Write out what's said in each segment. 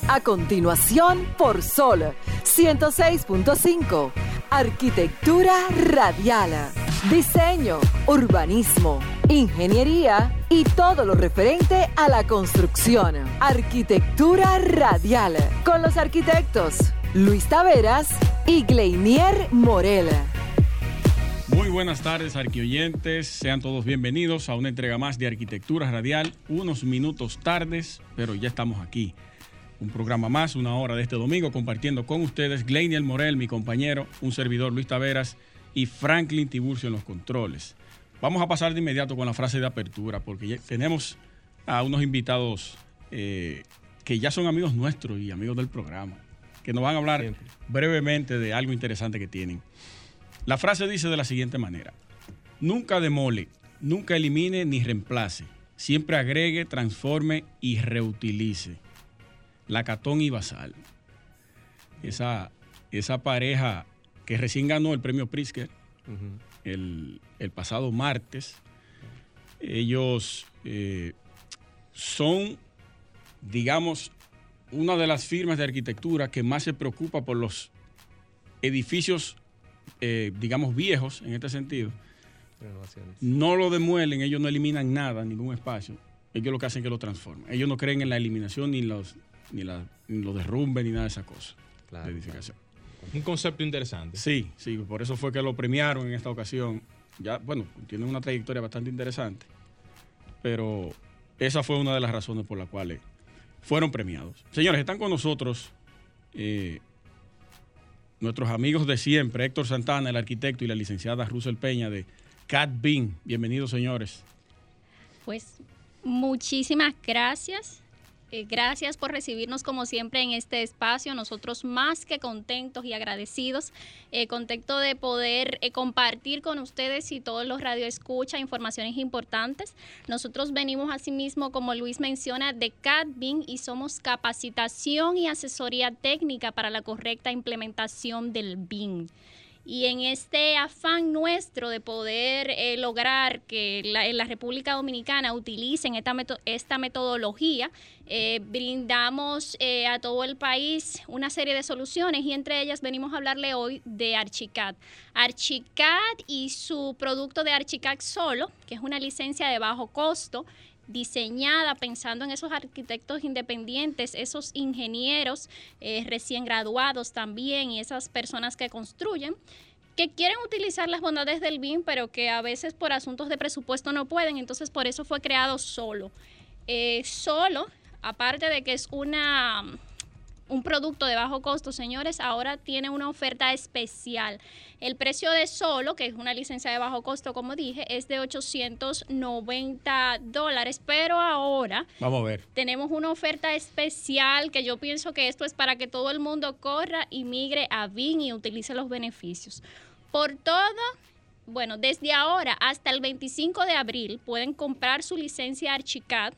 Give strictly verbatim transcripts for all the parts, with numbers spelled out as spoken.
A continuación, por Sol ciento seis punto cinco. Arquitectura radial. Diseño, urbanismo, ingeniería y todo lo referente a la construcción. Arquitectura radial. Con los arquitectos Luis Taveras y Gleinier Morel. Muy buenas tardes, arquioyentes. Sean todos bienvenidos a una entrega más de Arquitectura Radial. Unos minutos tardes, pero ya estamos aquí. Un programa más, una hora de este domingo, compartiendo con ustedes Gleinier Morel, mi compañero, un servidor Luis Taveras y Franklin Tiburcio en los controles. Vamos a pasar de inmediato con la frase de apertura, porque ya tenemos a unos invitados eh, que ya son amigos nuestros y amigos del programa, que nos van a hablar Siempre. brevemente de algo interesante que tienen. La frase dice de la siguiente manera: nunca demole, nunca elimine ni reemplace, siempre agregue, transforme y reutilice. Lacatón y Basal, esa, esa pareja que recién ganó el premio Pritzker uh-huh. el, el pasado martes. Ellos eh, son, digamos, una de las firmas de arquitectura que más se preocupa por los edificios, eh, digamos, viejos en este sentido. No lo demuelen, ellos no eliminan nada, ningún espacio. Ellos lo que hacen es que lo transforman. Ellos no creen en la eliminación ni los ni, la, ni los derrumbes ni nada de esas cosas claro, de edificación. Claro. Un concepto interesante. Sí, sí, por eso fue que lo premiaron en esta ocasión. Ya, bueno, tiene una trayectoria bastante interesante, pero esa fue una de las razones por las cuales fueron premiados. Señores, están con nosotros eh, nuestros amigos de siempre, Héctor Santana, el arquitecto, y la licenciada Russell Peña de C A D B I N. Bienvenidos, señores. Pues muchísimas gracias. Eh, gracias por recibirnos como siempre en este espacio. Nosotros más que contentos y agradecidos, eh, contento de poder eh, compartir con ustedes y todos los radioescuchas informaciones importantes. Nosotros venimos asimismo, como Luis menciona, de C A D B I N y somos capacitación y asesoría técnica para la correcta implementación del B I N. Y en este afán nuestro de poder eh, lograr que la, en la República Dominicana utilicen esta, meto, esta metodología, eh, brindamos eh, a todo el país una serie de soluciones y entre ellas venimos a hablarle hoy de Archicad. Archicad y su producto de Archicad Solo, que es una licencia de bajo costo, diseñada pensando en esos arquitectos independientes, esos ingenieros eh, recién graduados también y esas personas que construyen, que quieren utilizar las bondades del B I M, pero que a veces por asuntos de presupuesto no pueden, entonces por eso fue creado Solo. Eh, Solo, aparte de que es una... un producto de bajo costo, señores, ahora tiene una oferta especial. El precio de Solo, que es una licencia de bajo costo, como dije, es de ochocientos noventa dólares, pero ahora vamos a ver, tenemos una oferta especial que yo pienso que esto es para que todo el mundo corra y migre a B I M y utilice los beneficios. Por todo, bueno, desde ahora hasta el veinticinco de abril pueden comprar su licencia Archicad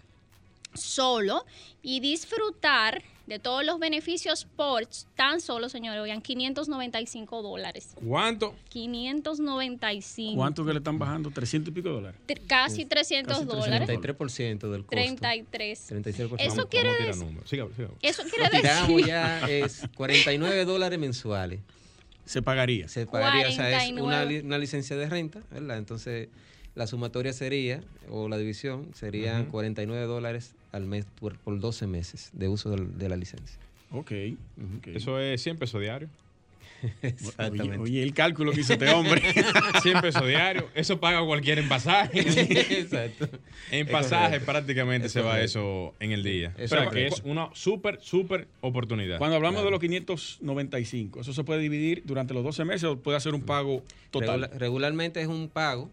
Solo y disfrutar de todos los beneficios por tan solo, señores, oigan, quinientos noventa y cinco dólares. ¿Cuánto? quinientos noventa y cinco. ¿Cuánto que le están bajando? ¿trescientos y pico dólares? T- casi trescientos Casi dólares. treinta y tres por ciento del costo. treinta y tres. treinta y seis por ciento. Eso Vamos, quiere vamos a tirar decir... números. Sigamos, sigamos. Eso quiere Lo tiramos decir... ya, es cuarenta y nueve dólares mensuales. Se pagaría. Se pagaría, o sea, es cuarenta y nueve. una, li- una licencia de renta, ¿verdad? Entonces, la sumatoria sería, o la división, serían uh-huh. cuarenta y nueve dólares al mes por, por doce meses de uso del, de la licencia. Ok. okay. Eso es cien pesos diarios. Exactamente. Oye, oye, el cálculo que hizo este hombre. cien pesos diarios. Eso paga cualquiera en pasaje. Exacto. En pasaje es prácticamente es se va correcto. eso en el día. Eso Pero es que es una súper, súper oportunidad. Cuando hablamos Claro. de los quinientos noventa y cinco, ¿eso se puede dividir durante los doce meses o puede hacer un pago total? Regula- regularmente es un pago,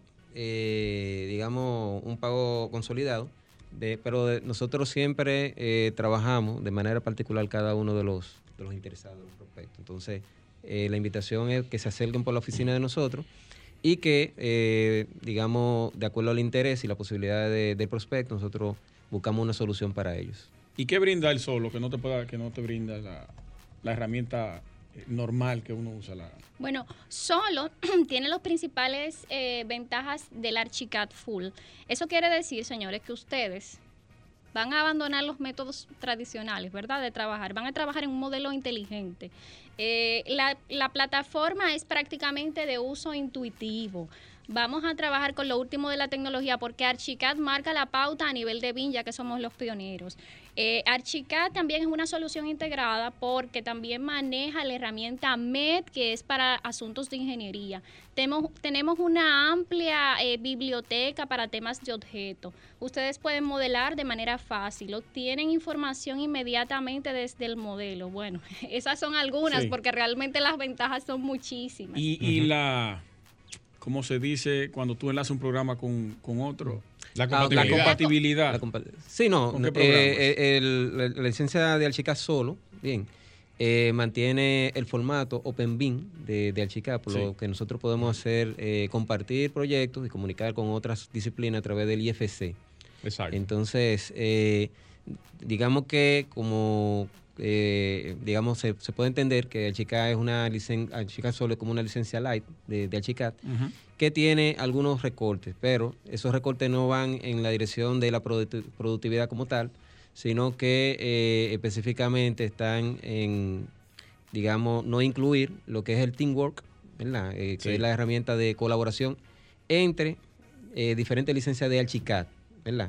eh, digamos, un pago consolidado, de, pero de- nosotros siempre eh, trabajamos de manera particular cada uno de los, de los interesados en el prospecto. Entonces, eh, la invitación es que se acerquen por la oficina de nosotros y que, eh, digamos, de acuerdo al interés y la posibilidad de, del prospecto, nosotros buscamos una solución para ellos. ¿Y qué brinda el Solo que no te pueda, que no te brinda la, la herramienta normal que uno usa? La... Bueno, Solo tiene las principales eh, ventajas del Archicad Full. Eso quiere decir, señores, que ustedes van a abandonar los métodos tradicionales, ¿verdad?, de trabajar, van a trabajar en un modelo inteligente. Eh, la, la plataforma es prácticamente de uso intuitivo. Vamos a trabajar con lo último de la tecnología porque Archicad marca la pauta a nivel de B I M, ya que somos los pioneros. Eh, Archicad también es una solución integrada porque también maneja la herramienta M E D, que es para asuntos de ingeniería. Tenemos, tenemos una amplia eh, biblioteca para temas de objeto. Ustedes pueden modelar de manera fácil, obtienen información inmediatamente desde el modelo. Bueno, esas son algunas, sí, porque realmente las ventajas son muchísimas. Y, y uh-huh. la... ¿Cómo se dice cuando tú enlazas un programa con, con otro? La compatibilidad. La compatibilidad. La compa- sí, no. ¿Con qué eh, el, la, la licencia de Archicad solo, bien, eh, mantiene el formato OpenBeam de, de Archicad, por sí. lo que nosotros podemos hacer, eh, compartir proyectos y comunicar con otras disciplinas a través del I F C. Exacto. Entonces, eh, digamos que como... Eh, digamos, se, se puede entender que Archicad es una licencia, Archicad solo es como una licencia light de, de Archicad, uh-huh. que tiene algunos recortes, pero esos recortes no van en la dirección de la produ- productividad como tal, sino que eh, específicamente están en, digamos, no incluir lo que es el teamwork, ¿verdad? Eh, que sí. es la herramienta de colaboración entre eh, diferentes licencias de Archicad, ¿verdad?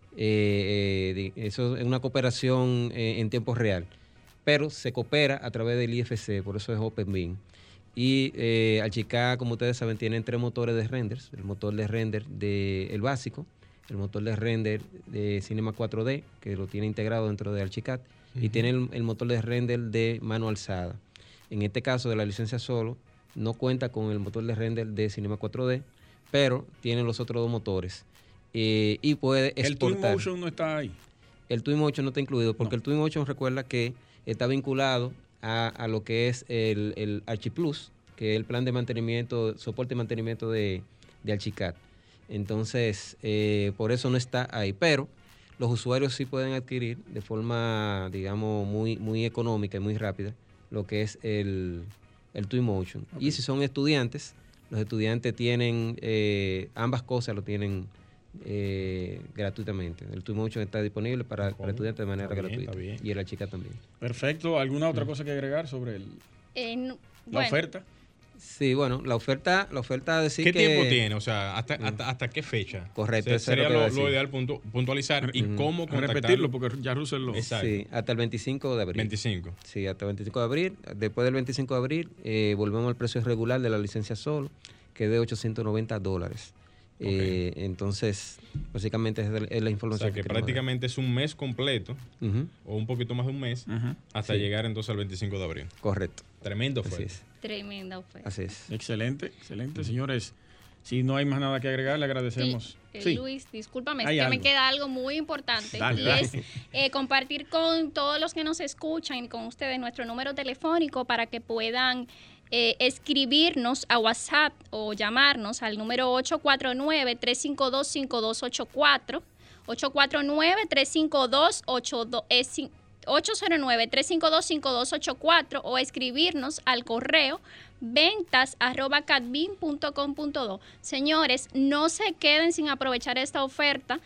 Eh, eh, eso es una cooperación eh, en tiempo real, pero se coopera a través del I F C, por eso es OpenBeam. Y eh, Archicad, como ustedes saben, tiene tres motores de renders: el motor de render de el básico, el motor de render de Cinema cuatro D, que lo tiene integrado dentro de Archicad, uh-huh. y tiene el, el motor de render de mano alzada. En este caso de la licencia solo, no cuenta con el motor de render de Cinema cuatro D, pero tiene los otros dos motores. Eh, y puede exportar. ¿El Twinmotion no está ahí? El Twinmotion no está incluido porque no. el Twinmotion, recuerda que está vinculado a, a lo que es el, el ArchiPlus, que es el plan de mantenimiento, soporte y mantenimiento de, de Archicad. Entonces, eh, por eso no está ahí. Pero los usuarios sí pueden adquirir de forma, digamos, muy, muy económica y muy rápida lo que es el, el Twinmotion. Okay. Y si son estudiantes, los estudiantes tienen eh, ambas cosas, lo tienen Eh, gratuitamente. El Twinmotion está disponible para, para estudiantes de manera está bien, gratuita y el Archicad también. Perfecto. ¿Alguna otra cosa que agregar sobre el, eh, no, la bueno. oferta? Sí, bueno, la oferta, la oferta decir ¿Qué que, tiempo tiene? O sea, ¿hasta, hasta, hasta qué fecha? Correcto. Se, sería lo, lo, lo ideal punto, puntualizar y uh-huh. cómo contactarlo. Repetirlo porque ya Russell lo... Exacto. Sí, hasta el veinticinco de abril. veinticinco. Sí, hasta el veinticinco de abril. Después del veinticinco de abril eh, volvemos al precio regular de la licencia solo, que es de ochocientos noventa dólares. Okay. Eh, entonces, básicamente es, de, es la información. O sea, que, que prácticamente es un mes completo, uh-huh. o un poquito más de un mes, uh-huh. hasta sí. llegar entonces al veinticinco de abril. Correcto. Tremendo oferta. Así es. Tremenda oferta. Así es. Excelente, excelente. Uh-huh. Señores, si no hay más nada que agregar, le agradecemos. Sí, eh, sí. Luis, discúlpame, es hay que algo. me queda algo muy importante. Dale, y dale. es eh, compartir con todos los que nos escuchan y con ustedes nuestro número telefónico para que puedan Eh, escribirnos a WhatsApp o llamarnos al número ocho cuatro nueve, tres cinco dos, cinco dos ocho cuatro, ocho cuatro nueve, tres cinco dos, ocho dos, eh, ocho cero nueve, tres cinco dos, cinco dos ocho cuatro o escribirnos al correo ventas arroba cadbin punto com punto do. Señores, no se queden sin aprovechar esta oferta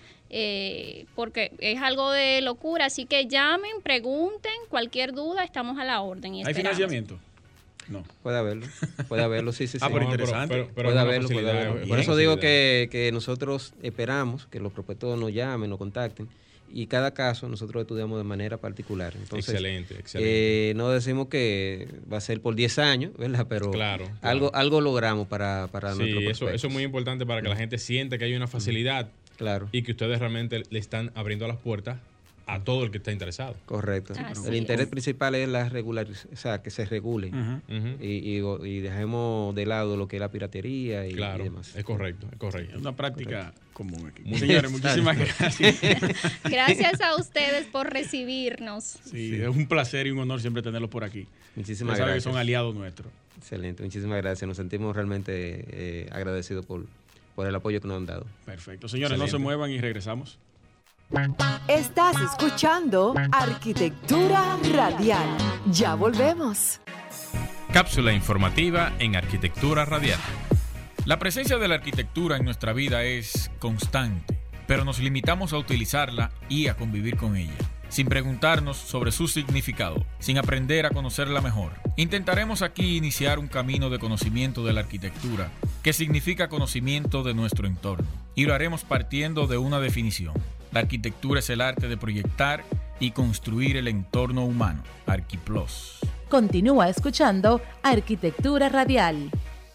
eh, porque es algo de locura, así que llamen, pregunten, cualquier duda, estamos a la orden. Y ¿hay esperamos. financiamiento? No. Puede haberlo, puede haberlo, sí, sí, sí. Ah, pero interesante. Pero, pero, pero puede haberlo, puede haberlo. Por eso digo que, que nosotros esperamos que los prospectores nos llamen, nos contacten, y cada caso nosotros estudiamos de manera particular. Entonces, excelente, excelente. Eh, no decimos que va a ser por diez años, ¿verdad? Pero claro, claro. algo algo logramos para, para sí, nuestro eso, eso es muy importante para que la gente sienta que hay una facilidad, claro, y que ustedes realmente le están abriendo las puertas a todo el que está interesado. Correcto. Así el interés es. principal es la regularización, o sea, que se regule, uh-huh. Uh-huh. y, y, y dejemos de lado lo que es la piratería y, claro, y demás. Es correcto, es correcto. Es una práctica correcto. común aquí. Muy señores, muchísimas gracias. Gracias a ustedes por recibirnos. Sí, sí, es un placer y un honor siempre tenerlos por aquí. Muchísimas gracias. gracias. Que son aliados nuestros. Excelente, muchísimas gracias. Nos sentimos realmente eh, agradecidos por, por el apoyo que nos han dado. Perfecto. Señores, Excelente. no se muevan y regresamos. Estás escuchando Arquitectura Radial. Ya volvemos. Cápsula informativa en Arquitectura Radial. La presencia de la arquitectura en nuestra vida es constante. pero nos limitamos a utilizarla y a convivir con ella, sin preguntarnos sobre su significado, sin aprender a conocerla mejor. Intentaremos aquí iniciar un camino de conocimiento de la arquitectura, que significa conocimiento de nuestro entorno, y lo haremos partiendo de una definición. La arquitectura es el arte de proyectar y construir el entorno humano. Arquiplos. Continúa escuchando Arquitectura Radial.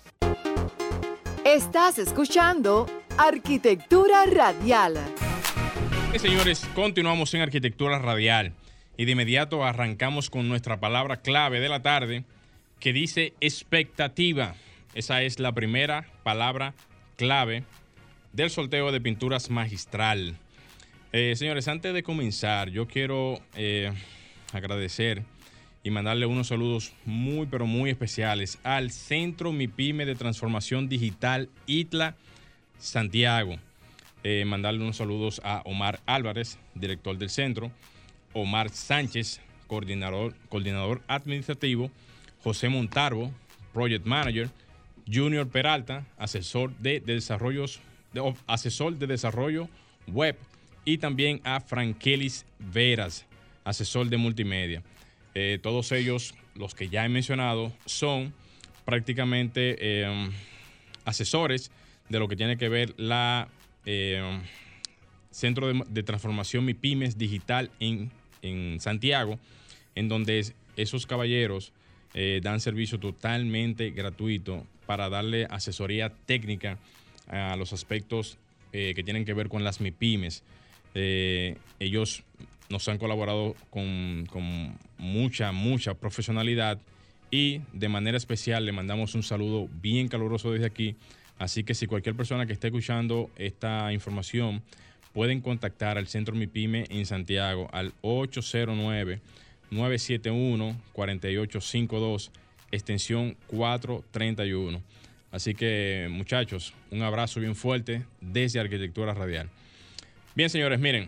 Estás escuchando Arquitectura Radial. Bien, señores, continuamos en Arquitectura Radial y de inmediato arrancamos con nuestra palabra clave de la tarde, que dice expectativa. Esa es la primera palabra clave del sorteo de pinturas magistral. Eh, señores, antes de comenzar, yo quiero eh, agradecer y mandarle unos saludos muy, pero muy especiales al Centro MIPYME de Transformación Digital I T L A Santiago. Eh, mandarle unos saludos a Omar Álvarez, director del centro, Omar Sánchez, coordinador, coordinador administrativo, José Montalvo, project manager, Junior Peralta, asesor de, de desarrollos, de, asesor de desarrollo web, y también a Frankelis Veras, asesor de multimedia. Eh, todos ellos, los que ya he mencionado, son prácticamente eh, asesores de lo que tiene que ver la eh, Centro de, de Transformación MIPYMES Digital en, en Santiago, en donde esos caballeros eh, dan servicio totalmente gratuito para darle asesoría técnica a los aspectos eh, que tienen que ver con las MIPYMES. Eh, ellos nos han colaborado con, con mucha, mucha profesionalidad y de manera especial le mandamos un saludo bien caluroso desde aquí. Así que si cualquier persona que esté escuchando esta información, pueden contactar al Centro MIPYME en Santiago al ocho cero nueve, nueve siete uno, cuatro ocho cinco dos, extensión cuatrocientos treinta y uno. Así que, muchachos, un abrazo bien fuerte desde Arquitectura Radial. Bien, señores, miren,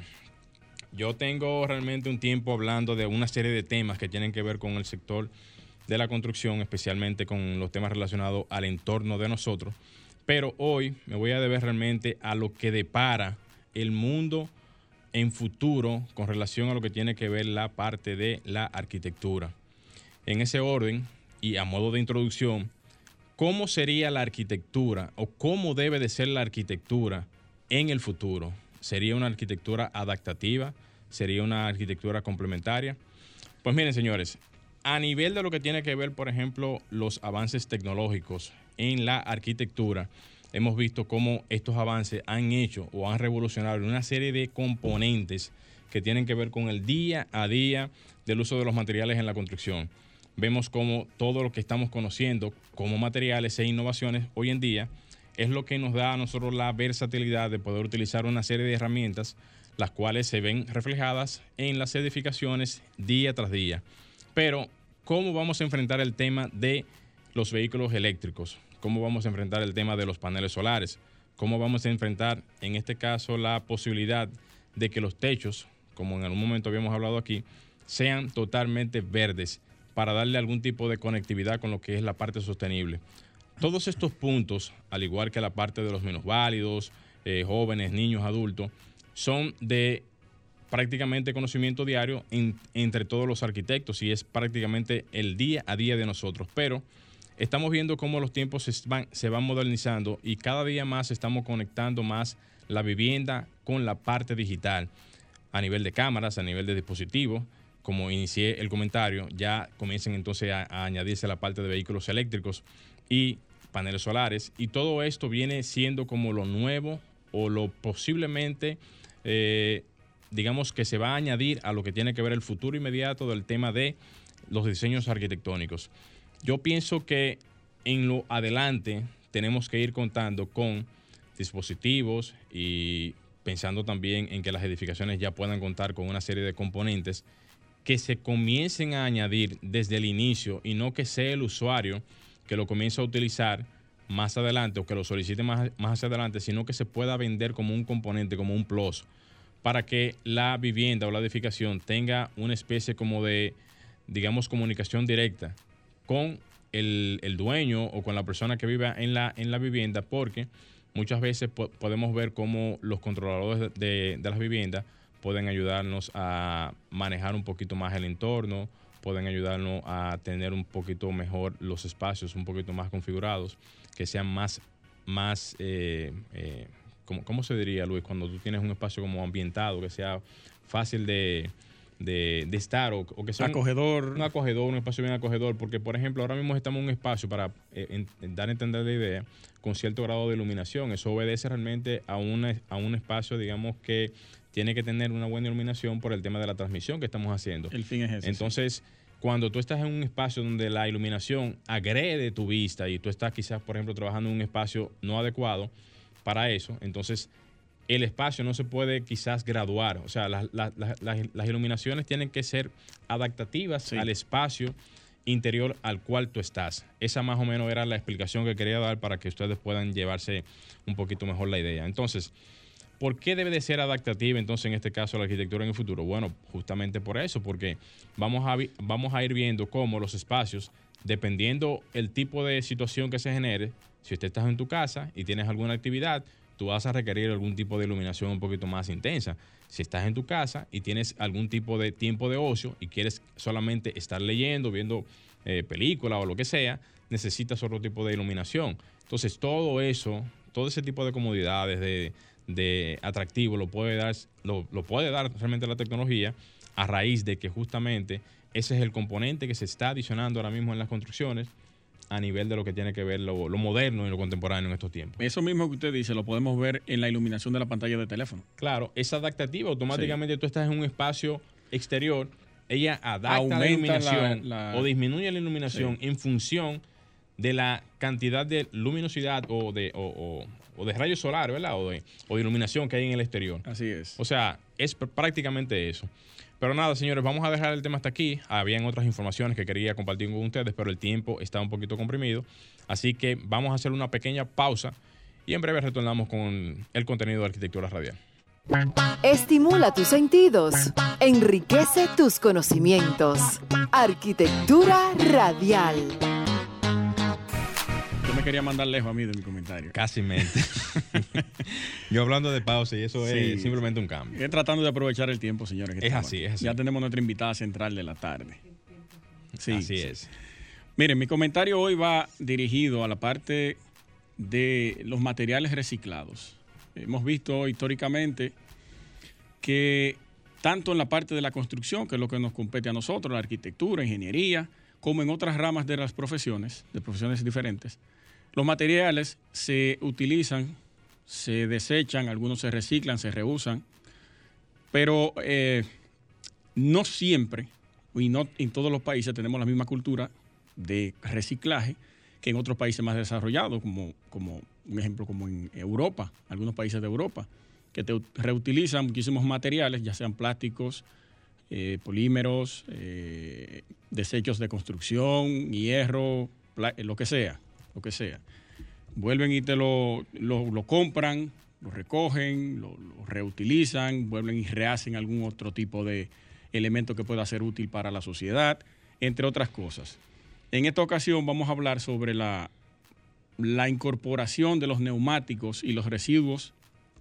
yo tengo realmente un tiempo hablando de una serie de temas que tienen que ver con el sector de la construcción, especialmente con los temas relacionados al entorno de nosotros, pero hoy me voy a deber realmente a lo que depara el mundo en futuro con relación a lo que tiene que ver la parte de la arquitectura. En ese orden y a modo de introducción, ¿cómo sería la arquitectura o cómo debe de ser la arquitectura en el futuro? ¿Sería una arquitectura adaptativa? ¿Sería una arquitectura complementaria? Pues miren, señores, a nivel de lo que tiene que ver, por ejemplo, los avances tecnológicos en la arquitectura, hemos visto cómo estos avances han hecho o han revolucionado una serie de componentes que tienen que ver con el día a día del uso de los materiales en la construcción. Vemos cómo todo lo que estamos conociendo como materiales e innovaciones hoy en día es lo que nos da a nosotros la versatilidad de poder utilizar una serie de herramientas, las cuales se ven reflejadas en las edificaciones día tras día. Pero, ¿cómo vamos a enfrentar el tema de los vehículos eléctricos? ¿Cómo vamos a enfrentar el tema de los paneles solares? ¿Cómo vamos a enfrentar, en este caso, la posibilidad de que los techos, como en algún momento habíamos hablado aquí, sean totalmente verdes para darle algún tipo de conectividad con lo que es la parte sostenible? Todos estos puntos, al igual que la parte de los minusválidos, eh, jóvenes, niños, adultos, son de prácticamente conocimiento diario en, entre todos los arquitectos y es prácticamente el día a día de nosotros. Pero estamos viendo cómo los tiempos se van, se van modernizando y cada día más estamos conectando más la vivienda con la parte digital. A nivel de cámaras, a nivel de dispositivos, como inicié el comentario, ya comienzan entonces a, a añadirse la parte de vehículos eléctricos y paneles solares, y todo esto viene siendo como lo nuevo o lo posiblemente, eh, digamos que se va a añadir a lo que tiene que ver el futuro inmediato del tema de los diseños arquitectónicos. Yo pienso que en lo adelante tenemos que ir contando con dispositivos y pensando también en que las edificaciones ya puedan contar con una serie de componentes que se comiencen a añadir desde el inicio y no que sea el usuario que lo comience a utilizar más adelante o que lo solicite más, más hacia adelante, sino que se pueda vender como un componente, como un plus, para que la vivienda o la edificación tenga una especie como de, digamos, comunicación directa con el, el dueño o con la persona que viva en la, en la vivienda, porque muchas veces po- podemos ver cómo los controladores de, de, de las viviendas pueden ayudarnos a manejar un poquito más el entorno, pueden ayudarnos a tener un poquito mejor los espacios, un poquito más configurados, que sean más, más eh, eh, ¿cómo, ¿cómo se diría, Luis? Cuando tú tienes un espacio como ambientado, que sea fácil de, de, de estar, o, o que sea un, acogedor. Un acogedor, un espacio bien acogedor, porque, por ejemplo, ahora mismo estamos en un espacio para eh, en, en dar a entender la idea con cierto grado de iluminación. Eso obedece realmente a, una, a un espacio, digamos, que tiene que tener una buena iluminación por el tema de la transmisión que estamos haciendo. El fin es ese. Entonces, sí. Cuando tú estás en un espacio donde la iluminación agrede tu vista y tú estás quizás, por ejemplo, trabajando en un espacio no adecuado para eso, entonces el espacio no se puede quizás graduar. O sea, las, las, las, las iluminaciones tienen que ser adaptativas sí. al espacio interior al cual tú estás. Esa más o menos era la explicación que quería dar para que ustedes puedan llevarse un poquito mejor la idea. Entonces, ¿por qué debe de ser adaptativa entonces en este caso la arquitectura en el futuro? Bueno, justamente por eso, porque vamos a, vamos a ir viendo cómo los espacios, dependiendo el tipo de situación que se genere, si usted está en tu casa y tienes alguna actividad, tú vas a requerir algún tipo de iluminación un poquito más intensa. Si estás en tu casa y tienes algún tipo de tiempo de ocio y quieres solamente estar leyendo, viendo eh, películas o lo que sea, necesitas otro tipo de iluminación. Entonces, todo eso, todo ese tipo de comodidades, de de atractivo lo puede dar lo, lo puede dar realmente la tecnología, a raíz de que justamente ese es el componente que se está adicionando ahora mismo en las construcciones a nivel de lo que tiene que ver lo, lo moderno y lo contemporáneo en estos tiempos. Eso mismo que usted dice lo podemos ver en la iluminación de la pantalla de teléfono. Claro, es adaptativa. Automáticamente sí. Tú estás en un espacio exterior, ella adapta Aumenta la iluminación la, la... o disminuye la iluminación sí. en función de la cantidad de luminosidad o de o, o, o de rayos solares, ¿verdad? O de, o de iluminación que hay en el exterior. Así es. O sea, es prácticamente eso. Pero nada, señores, vamos a dejar el tema hasta aquí. Habían otras informaciones que quería compartir con ustedes, pero el tiempo está un poquito comprimido. Así que vamos a hacer una pequeña pausa y en breve retornamos con el contenido de Arquitectura Radial. Estimula tus sentidos, enriquece tus conocimientos. Arquitectura Radial. Me quería mandar lejos a mí de mi comentario. Casi mente. Yo hablando de pausa y eso sí. es simplemente un cambio. Estoy tratando de aprovechar el tiempo, señores. Es así, es así. Ya tenemos nuestra invitada central de la tarde. Sí, así sí. es. Miren, mi comentario hoy va dirigido a la parte de los materiales reciclados. Hemos visto históricamente que tanto en la parte de la construcción, que es lo que nos compete a nosotros, la arquitectura, ingeniería, como en otras ramas de las profesiones, de profesiones diferentes, los materiales se utilizan, se desechan, algunos se reciclan, se reusan, pero eh, no siempre, y no en todos los países tenemos la misma cultura de reciclaje que en otros países más desarrollados, como, como un ejemplo como en Europa, algunos países de Europa, que te reutilizan muchísimos materiales, ya sean plásticos, eh, polímeros, eh, desechos de construcción, hierro, lo que sea, lo que sea. Vuelven y te lo, lo, lo compran, lo recogen, lo, lo reutilizan, vuelven y rehacen algún otro tipo de elemento que pueda ser útil para la sociedad, entre otras cosas. En esta ocasión vamos a hablar sobre la, la incorporación de los neumáticos y los residuos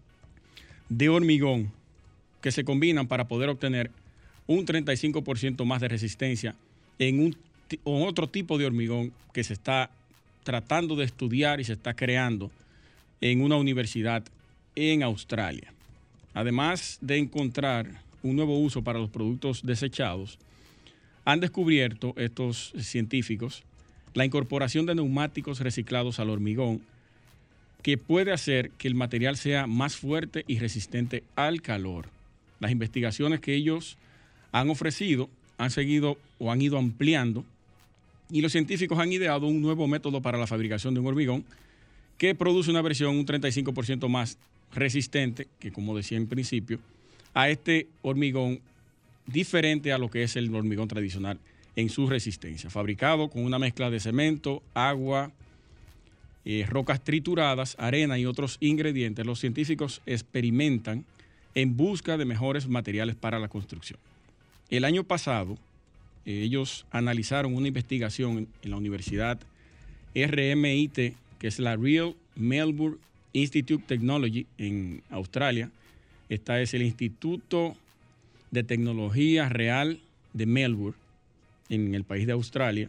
de hormigón que se combinan para poder obtener un treinta y cinco por ciento más de resistencia en un o otro tipo de hormigón que se está tratando de estudiar y se está creando en una universidad en Australia. Además de encontrar un nuevo uso para los productos desechados, han descubierto estos científicos la incorporación de neumáticos reciclados al hormigón que puede hacer que el material sea más fuerte y resistente al calor. Las investigaciones que ellos han ofrecido han seguido o han ido ampliando y los científicos han ideado un nuevo método para la fabricación de un hormigón que produce una versión un treinta y cinco por ciento más resistente, que como decía en principio, a este hormigón diferente a lo que es el hormigón tradicional en su resistencia, fabricado con una mezcla de cemento, agua, eh, rocas trituradas, arena y otros ingredientes. Los científicos experimentan en busca de mejores materiales para la construcción. El año pasado, eh, ellos analizaron una investigación en, en la Universidad R M I T, que es la Real Melbourne Institute Technology en Australia. Esta es el Instituto de Tecnología Real de Melbourne, en el país de Australia,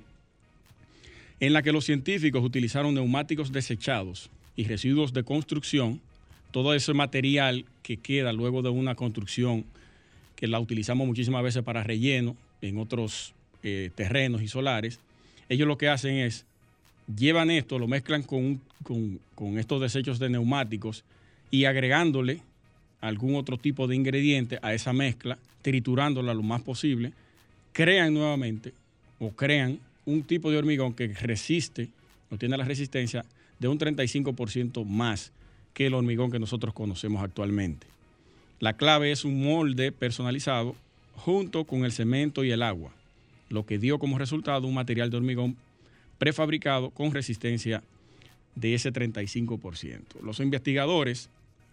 en la que los científicos utilizaron neumáticos desechados y residuos de construcción, todo ese material que queda luego de una construcción que la utilizamos muchísimas veces para relleno en otros eh, terrenos y solares. Ellos lo que hacen es, llevan esto, lo mezclan con, con, con estos desechos de neumáticos y agregándole algún otro tipo de ingrediente a esa mezcla, triturándola lo más posible, crean nuevamente o crean un tipo de hormigón que resiste, o tiene la resistencia de un treinta y cinco por ciento más que el hormigón que nosotros conocemos actualmente. La clave es un molde personalizado junto con el cemento y el agua, lo que dio como resultado un material de hormigón prefabricado con resistencia de ese treinta y cinco por ciento. Los investigadores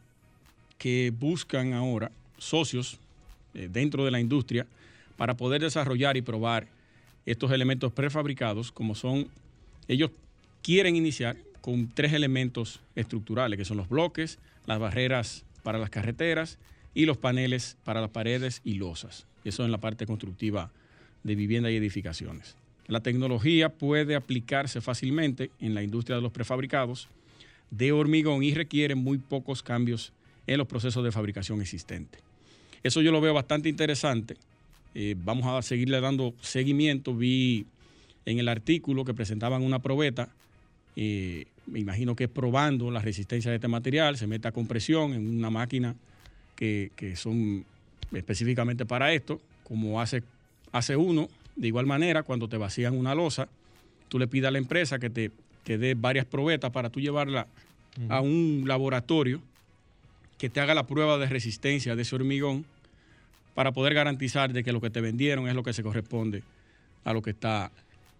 que buscan ahora socios eh, dentro de la industria para poder desarrollar y probar estos elementos prefabricados, como son, ellos quieren iniciar con tres elementos estructurales, que son los bloques, las barreras para las carreteras y los paneles para las paredes y losas. Eso en la parte constructiva de vivienda y edificaciones. La tecnología puede aplicarse fácilmente en la industria de los prefabricados de hormigón y requiere muy pocos cambios en los procesos de fabricación existentes. Eso yo lo veo bastante interesante. Eh, vamos a seguirle dando seguimiento. Vi en el artículo que presentaban una probeta, eh, me imagino que es probando la resistencia de este material, se mete a compresión en una máquina que, que son específicamente para esto, como hace, hace uno. De igual manera, cuando te vacían una losa, tú le pides a la empresa que te, te dé varias probetas para tú llevarla uh-huh. a un laboratorio que te haga la prueba de resistencia de ese hormigón para poder garantizar de que lo que te vendieron es lo que se corresponde a lo que está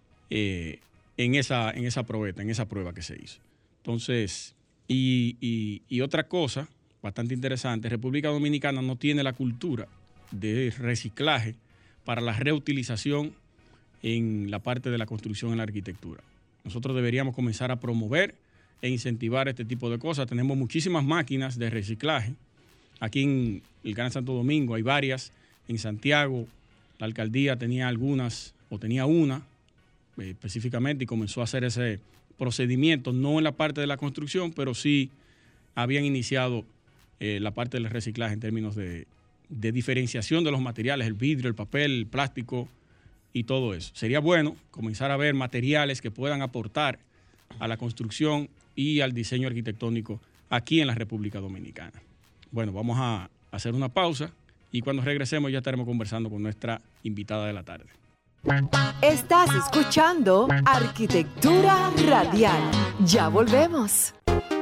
eh, en, esa, en esa probeta, en esa prueba que se hizo. Entonces, y, y, y otra cosa bastante interesante, República Dominicana no tiene la cultura de reciclaje para la reutilización en la parte de la construcción en la arquitectura. Nosotros deberíamos comenzar a promover e incentivar este tipo de cosas. Tenemos muchísimas máquinas de reciclaje. Aquí en el Gran Santo Domingo hay varias. En Santiago la alcaldía tenía algunas o tenía una eh, específicamente y comenzó a hacer ese procedimiento, no en la parte de la construcción, pero sí habían iniciado eh, la parte del reciclaje en términos de, de diferenciación de los materiales, el vidrio, el papel, el plástico y todo eso. Sería bueno comenzar a ver materiales que puedan aportar a la construcción y al diseño arquitectónico aquí en la República Dominicana. Bueno, vamos a hacer una pausa y cuando regresemos ya estaremos conversando con nuestra invitada de la tarde. Estás escuchando Arquitectura Radial. Ya volvemos.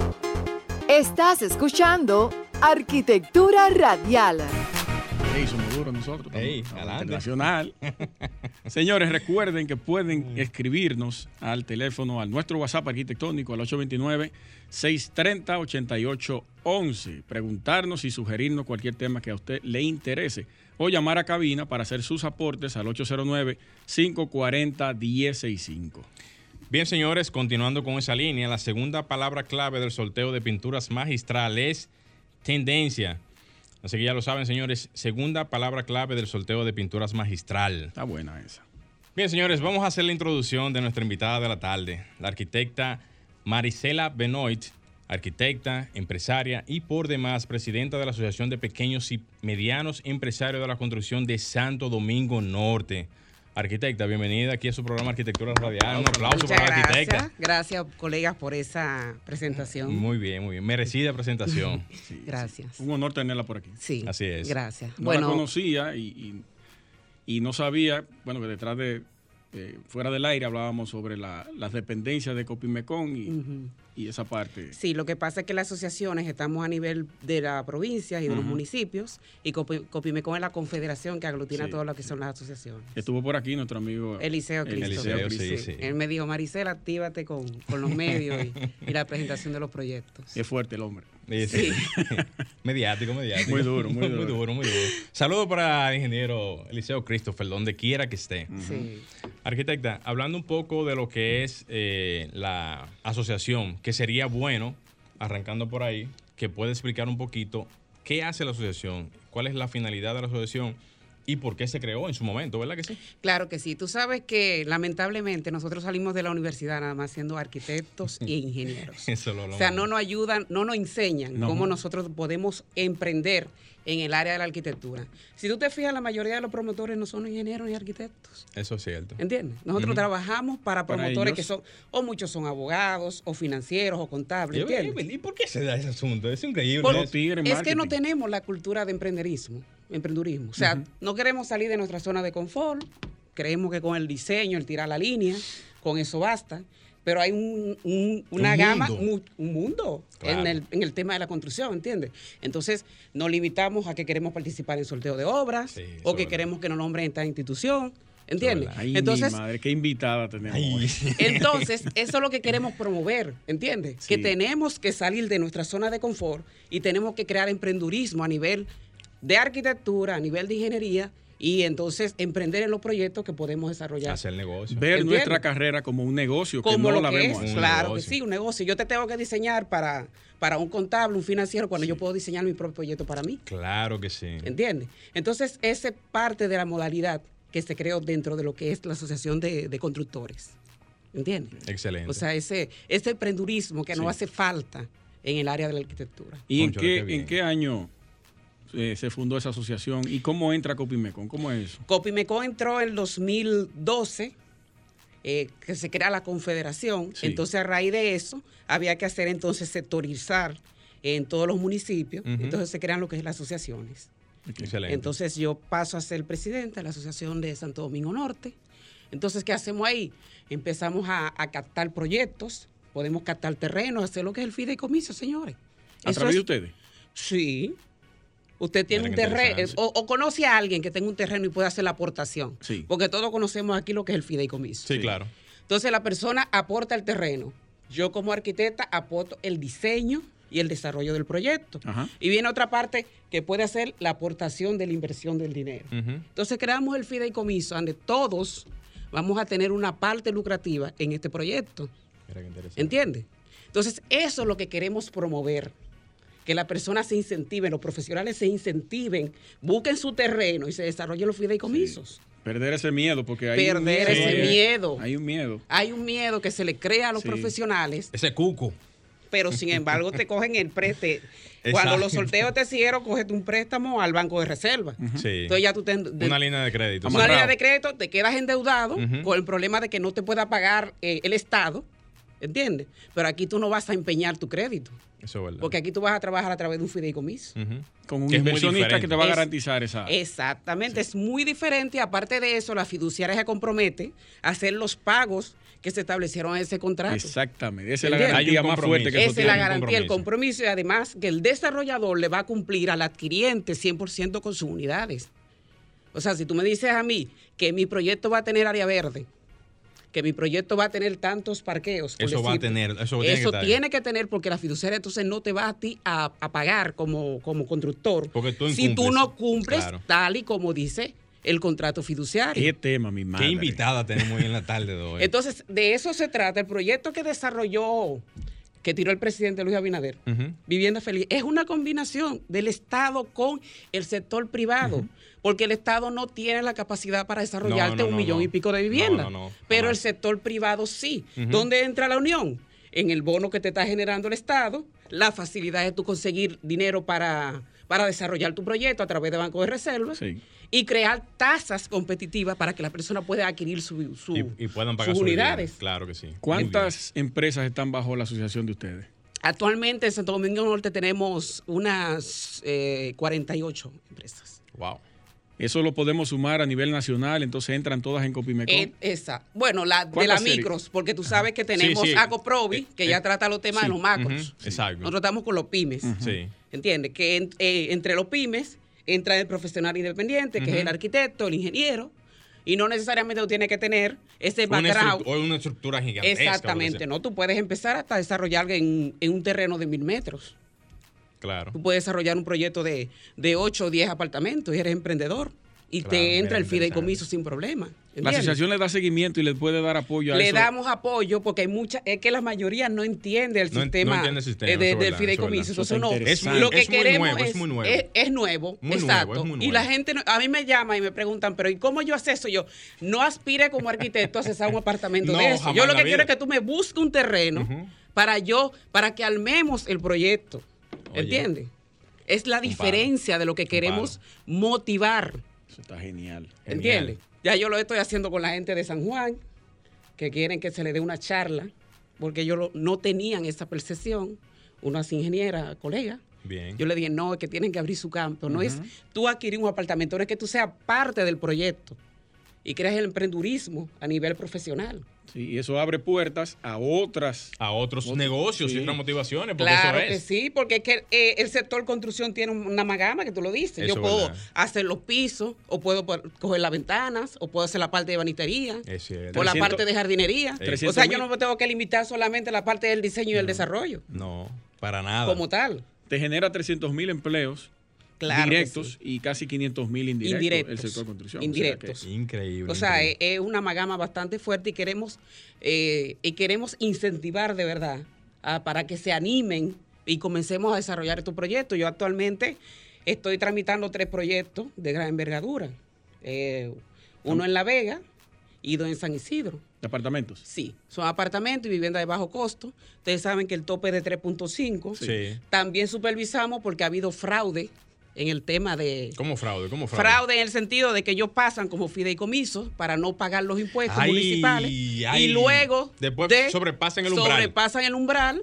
Estás escuchando Arquitectura Radial. Hey, somos duros nosotros. Hey, internacional. Señores, recuerden que pueden escribirnos al teléfono, al nuestro WhatsApp arquitectónico, al ocho dos nueve, seis tres cero, ocho ocho uno uno. Preguntarnos y sugerirnos cualquier tema que a usted le interese. O llamar a cabina para hacer sus aportes al ocho cero nueve, cinco cuatro cero, uno cero seis cinco. Bien, señores, continuando con esa línea, la segunda palabra clave del sorteo de pinturas magistral es tendencia. Así que ya lo saben, señores, segunda palabra clave del sorteo de pinturas magistral. Está buena esa. Bien, señores, vamos a hacer la introducción de nuestra invitada de la tarde, la arquitecta Marisela Benoit, arquitecta, empresaria y por demás presidenta de la Asociación de Pequeños y Medianos Empresarios de la Construcción de Santo Domingo Norte. Arquitecta, bienvenida aquí a su programa Arquitectura Radial. Un aplauso Muchas para la arquitecta. Gracias, gracias, colegas, por esa presentación. Muy bien, muy bien. Merecida presentación. Sí, gracias. Sí. Un honor tenerla por aquí. Sí, así es. Gracias. No bueno, la conocía y, y, y no sabía, bueno, que detrás de, eh, fuera del aire hablábamos sobre la, las dependencias de Copimecon y, uh-huh. y esa parte. Sí, lo que pasa es que las asociaciones estamos a nivel de la provincia y de uh-huh. los municipios y Copi, Copimecon es la confederación que aglutina sí, todo lo que sí. son las asociaciones. Estuvo por aquí nuestro amigo Eliseo Cristo. Eliseo, Cristo. Sí, sí. Él me dijo, Marisela, actívate con, con los medios y, y la presentación de los proyectos. Es fuerte el hombre. Sí, sí. mediático, mediático. Muy duro, muy duro. muy duro, muy duro. Saludos para el ingeniero Eliseo Christopher, donde quiera que esté. Uh-huh. Sí. Arquitecta, hablando un poco de lo que es eh, la asociación, que sería bueno arrancando por ahí, que puede explicar un poquito qué hace la asociación, cuál es la finalidad de la asociación y por qué se creó en su momento, ¿verdad que sí? Claro que sí. Tú sabes que lamentablemente nosotros salimos de la universidad nada más siendo arquitectos e ingenieros. Eso lo O sea, no nos ayudan, no nos enseñan No. cómo nosotros podemos emprender en el área de la arquitectura. Si tú te fijas, la mayoría de los promotores no son ingenieros ni arquitectos. Eso es cierto. ¿Entiendes? Nosotros Ujú. trabajamos para Para promotores ellos. que son, o muchos son abogados, o financieros, o contables, Y, ¿entiendes? ¿Y por qué se da ese asunto? Es increíble. Por- ¿no? Los tigres, es que no marketing. tenemos la cultura de emprenderismo, emprendurismo. O sea, Ujú. no queremos salir de nuestra zona de confort. Creemos que con el diseño, el tirar la línea, con eso basta. Pero hay un, un- una Un gama, mundo. mu- un mundo Claro. en, el, en el tema de la construcción, ¿entiendes? Entonces, nos limitamos a que queremos participar en sorteo de obras Sí, eso o es que verdad. queremos que nos nombren en esta institución, ¿entiendes? verdad. Ay, Entonces, mi madre, qué invitada tenemos Ay. hoy. entonces, eso es lo que queremos promover, ¿entiendes? Sí. Que tenemos que salir de nuestra zona de confort y tenemos que crear emprendurismo a nivel de arquitectura, a nivel de ingeniería y entonces emprender en los proyectos que podemos desarrollar. Hacer negocio. Ver ¿Entiendes? nuestra carrera como un negocio, que Como no lo la que vemos es, así. Un claro negocio. que sí, un negocio. Yo te tengo que diseñar para, para un contable, un financiero, cuando yo puedo diseñar mi propio proyecto para mí. Claro que sí. ¿Entiendes? Entonces, esa es parte de la modalidad que se creó dentro de lo que es la Asociación de, de Constructores. ¿Entiendes? Excelente. O sea, ese, ese emprendurismo que Sí. nos hace falta en el área de la arquitectura. ¿Y en Cónchale, qué, qué bien. en qué año eh, se fundó esa asociación? ¿Y cómo entra Copimecon? ¿Cómo es eso? Copimecon entró en dos mil doce, eh, que se crea la confederación. Sí. Entonces, a raíz de eso, había que hacer entonces sectorizar en todos los municipios. Ujú. Entonces, se crean lo que es las asociaciones. Excelente. Entonces, yo paso a ser presidente de la Asociación de Santo Domingo Norte. Entonces, ¿qué hacemos ahí? Empezamos a, a captar proyectos, podemos captar terrenos, hacer lo que es el fideicomiso, señores. ¿A Eso través de es- ustedes? Sí. Usted tiene Mira un qué terreno, interesante. o, o conoce a alguien que tenga un terreno y pueda hacer la aportación. Sí. Porque todos conocemos aquí lo que es el fideicomiso. Sí, claro. Entonces la persona aporta el terreno. Yo como arquitecta aporto el diseño y el desarrollo del proyecto. Ajá. Y viene otra parte que puede hacer la aportación de la inversión del dinero. Ujú. Entonces creamos el fideicomiso donde todos vamos a tener una parte lucrativa en este proyecto. Mira qué interesante. ¿Entiendes? Entonces, eso es lo que queremos promover. Que las personas se incentiven, los profesionales se incentiven, busquen su terreno y se desarrollen los fideicomisos. Perder ese miedo, porque hay un Perder miedo. ese eh, miedo. Hay un miedo. Hay un miedo que se le crea a los Sí. profesionales, Ese cuco. pero sin embargo te cogen el préstamo. Exacto. Cuando los sorteos te hicieron, cógete un préstamo al banco de reserva. Sí. Entonces ya tú te, de- Una línea de crédito. una Amarrado. línea de crédito, te quedas endeudado Ujú. con el problema de que no te pueda pagar eh, el Estado, ¿entiendes? Pero aquí tú no vas a empeñar tu crédito, Eso es verdad. porque aquí tú vas a trabajar a través de un fideicomiso. Ujú. Con un Que es muy inversionista que diferente. te va a Es- garantizar esa. Exactamente, es muy diferente. Aparte de eso, la fiduciaria se compromete a hacer los pagos que se establecieron en ese contrato. Exactamente. Esa es la ¿Entiendes? garantía Hay un más fuerte que compromiso. eso Esa es la tiene. garantía, el compromiso. compromiso y además que el desarrollador le va a cumplir al adquiriente cien por ciento con sus unidades. O sea, si tú me dices a mí que mi proyecto va a tener área verde, que mi proyecto va a tener tantos parqueos. por Eso va a decirte, tener. Eso, tiene que Eso estar ahí. tiene que tener porque la fiduciaria entonces no te va a ti a, a pagar como, como constructor Porque tú si tú incumples. no cumples Claro. tal y como dice el contrato fiduciario. Qué tema, mi madre. Qué invitada tenemos hoy en la tarde de hoy. Entonces, de eso se trata. El proyecto que desarrolló, que tiró el presidente Luis Abinader, Ujú. Vivienda Feliz, es una combinación del Estado con el sector privado. Porque el Estado no tiene la capacidad para desarrollarte No, no, un no, millón no. y pico de viviendas. No, no, no, pero el jamás. sector privado sí. Ujú. ¿Dónde entra la unión? En el bono que te está generando el Estado, la facilidad de tú conseguir dinero para, para desarrollar tu proyecto a través de bancos de reservas Sí. y crear tasas competitivas para que la persona pueda adquirir su, su- Y, y puedan pagar sus su vivienda. unidades. Claro que sí. ¿Cuántas empresas están bajo la asociación de ustedes? Actualmente en Santo Domingo Norte tenemos unas eh, cuarenta y ocho empresas. Wow. Eso lo podemos sumar a nivel nacional, entonces entran todas en Copimecon. Eh, esa. Bueno, la de ¿Cuántas las series? micros, porque tú sabes que tenemos Sí, sí. Acoprovi, que Eh, ya eh, trata los temas sí. de los macros. Ujú. Exacto. Nosotros estamos con los pymes. Sí. ¿Entiendes? Que en- eh, entre los pymes entra el profesional independiente, que es Ujú. el arquitecto, el ingeniero, y no necesariamente tú tienes que tener ese Una, background. estru- o una estructura gigantesca. Exactamente, o lo que sea. ¿no? Tú puedes empezar hasta desarrollar en, en un terreno de mil metros. Claro. Tú puedes desarrollar un proyecto de, de ocho o diez apartamentos y eres emprendedor. y Claro, te entra mira, el fideicomiso sin problema. La ¿entiendes? asociación le da seguimiento y le puede dar apoyo a Le eso. damos apoyo porque hay mucha, es que la mayoría no entiende el No en- sistema, no entiende el sistema, eh, de- eso es del verdad, fideicomiso. eso es Entonces, verdad. no, Eso está interesante. lo que Es muy queremos nuevo, es, es muy nuevo. es- es nuevo, Muy exacto. nuevo, es muy Y la nuevo. gente, no- a mí me llama y me preguntan, pero ¿y cómo yo hago eso? Yo no aspire como arquitecto a cesar un apartamento No, de eso. jamás Yo lo en que la quiero es vida. que tú me busques un terreno Ujú. para yo, para que armemos el proyecto. Oye. ¿Entiendes? Es la palo. diferencia de lo que Un queremos motivar. Eso está genial. ¿Entiendes? Ya yo lo estoy haciendo con la gente de San Juan, que quieren que se le dé una charla, porque ellos lo- no tenían esa percepción. Unas ingenieras, colegas. Bien. Yo le dije, no, es que tienen que abrir su campo. No es tú adquirir un apartamento, no es que tú seas parte del proyecto y creas el emprendurismo a nivel profesional. Sí, y eso abre puertas a otras. A otros Otro- negocios sí. y otras motivaciones, porque Claro eso que es. sí, porque es que eh, el sector construcción tiene una magama que tú lo dices. Eso Yo es puedo verdad. hacer los pisos, o puedo po- coger las ventanas, o puedo hacer la parte de banitería, Es cierto. o la trescientos parte de jardinería. trescientos O sea, yo mil. no me tengo que limitar solamente a la parte del diseño y el desarrollo, No, para nada. como tal. Te genera trescientos mil empleos Claro que directos sí. y casi quinientos mil indirectos, Indirectos. el sector construcción. Indirectos. O sea que- Increíble. O sea, es, increíble. es una magama bastante fuerte y queremos, eh, y queremos incentivar de verdad a- para que se animen y comencemos a desarrollar estos proyectos. Yo actualmente estoy tramitando tres proyectos de gran envergadura. Eh, uno en La Vega y dos en San Isidro. de apartamentos. Sí, son apartamentos y viviendas de bajo costo. Ustedes saben que el tope es de tres punto cinco. Sí. También supervisamos porque ha habido fraude en el tema de... ¿Cómo fraude? ¿Cómo fraude? Fraude en el sentido de que ellos pasan como fideicomisos para no pagar los impuestos Ay, municipales ay. y luego Después de- sobrepasan el umbral. sobrepasan el umbral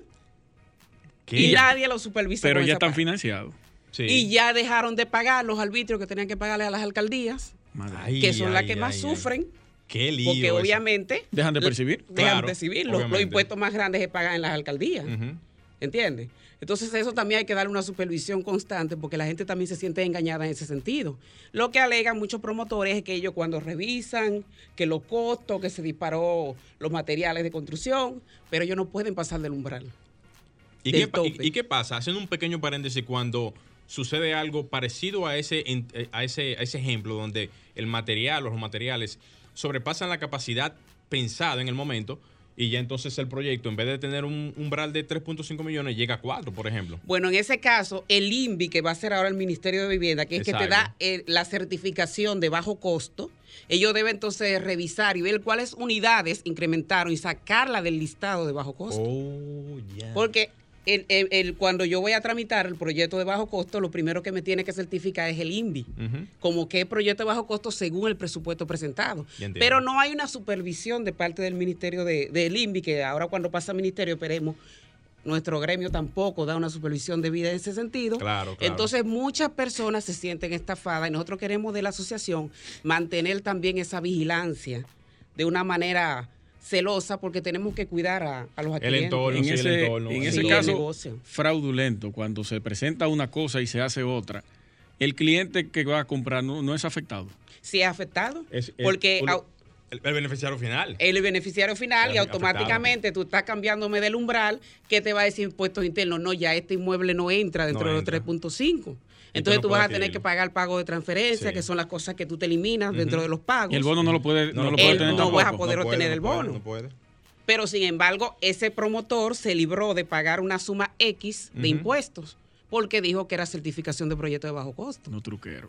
¿Qué? y nadie lo supervisa. Pero con ya esa están parte. financiados. Sí. Y ya dejaron de pagar los arbitrios que tenían que pagarle a las alcaldías, Madre. Ay, que son las ay, que más ay, sufren, ay. Qué lío. porque eso. obviamente Dejan de percibir. dejan Claro, de percibir. Los, los obviamente. impuestos más grandes se pagan en las alcaldías. Ujú. ¿Entiendes? Entonces eso también hay que darle una supervisión constante porque la gente también se siente engañada en ese sentido. Lo que alegan muchos promotores es que ellos cuando revisan que los costos, que se disparó los materiales de construcción, pero ellos no pueden pasar del umbral. ¿Y del qué, pa- y- tope. y qué pasa? Haciendo un pequeño paréntesis, cuando sucede algo parecido a ese, en- eh, a ese, a ese ejemplo, donde el material, los materiales sobrepasan la capacidad pensada en el momento, y ya entonces el proyecto, en vez de tener un umbral de tres punto cinco millones, llega a cuatro, por ejemplo. Bueno, en ese caso, el I N V I, que va a ser ahora el Ministerio de Vivienda, que es que te Exacto. da eh, la certificación de bajo costo, ellos deben entonces revisar y ver cuáles unidades incrementaron y sacarla del listado de bajo costo. Oh, ya. Porque el, el- el- cuando yo voy a tramitar el proyecto de bajo costo, lo primero que me tiene que certificar es el I N V I. Ujú. Como que es proyecto de bajo costo según el presupuesto presentado. Ya entiendo. Pero no hay una supervisión de parte del Ministerio de, del I N V I, que ahora cuando pasa al Ministerio, esperemos, nuestro gremio tampoco da una supervisión debida en ese sentido. Claro, claro. Entonces muchas personas se sienten estafadas y nosotros queremos de la asociación mantener también esa vigilancia de una manera celosa porque tenemos que cuidar a, a los El adquirientes. entorno, En sí, el ese, entorno. en Sí, ese el caso, negocio. fraudulento, cuando se presenta una cosa y se hace otra, el cliente que va a comprar no, no es afectado. Sí es afectado, Es- es- porque un- au- el, el beneficiario final. el beneficiario final y Afectado. automáticamente tú estás cambiándome del umbral que te va a decir impuestos internos. No, ya este inmueble no entra dentro No de los entra. tres punto cinco. Y Entonces tú tú no vas a puedes tener que adquirirlo. pagar pago de transferencia, Sí. que son las cosas que tú te eliminas dentro de los pagos. Y el bono no lo puede, no No, lo no puede Él tener no tampoco. vas a poder No puede, obtener no el puede, bono. no puede. Pero sin embargo, ese promotor se libró de pagar una suma X de Ujú. impuestos porque dijo que era certificación de proyecto de bajo costo. No truquero.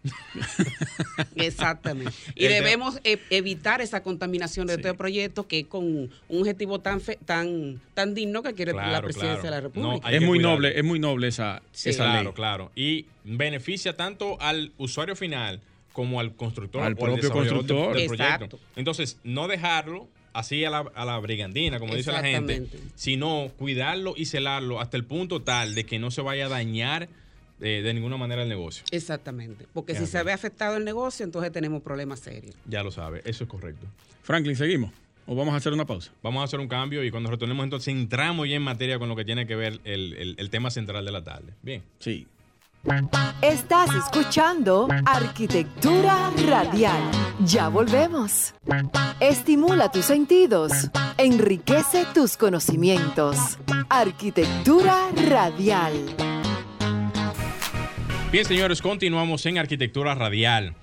Exactamente. Y El de- debemos e- evitar esa contaminación de Sí. este proyecto que es con un objetivo tan fe- tan tan digno que quiere la Claro, presidencia claro. de la República. No, hay Es que muy cuidarlo. noble, es muy noble esa, Sí. esa Claro, ley. claro. Y beneficia tanto al usuario final como al constructor Al o propio desarrollador del- constructor. del Exacto. proyecto. Entonces, no dejarlo así a la, a la brigandina, como dice la gente, Exactamente. sino cuidarlo y celarlo hasta el punto tal de que no se vaya a dañar eh, de ninguna manera el negocio. Exactamente. Porque Es si así. se ve afectado el negocio, entonces tenemos problemas serios. Ya lo sabe, eso es correcto. Franklin, ¿seguimos? ¿O vamos a hacer una pausa? Vamos a hacer un cambio y cuando retornemos entonces entramos ya en materia con lo que tiene que ver el, el- el tema central de la tarde. Bien. Sí. Estás escuchando Arquitectura Radial. Ya volvemos. Estimula tus sentidos, enriquece tus conocimientos. Arquitectura Radial. Bien, señores, continuamos en Arquitectura Radial.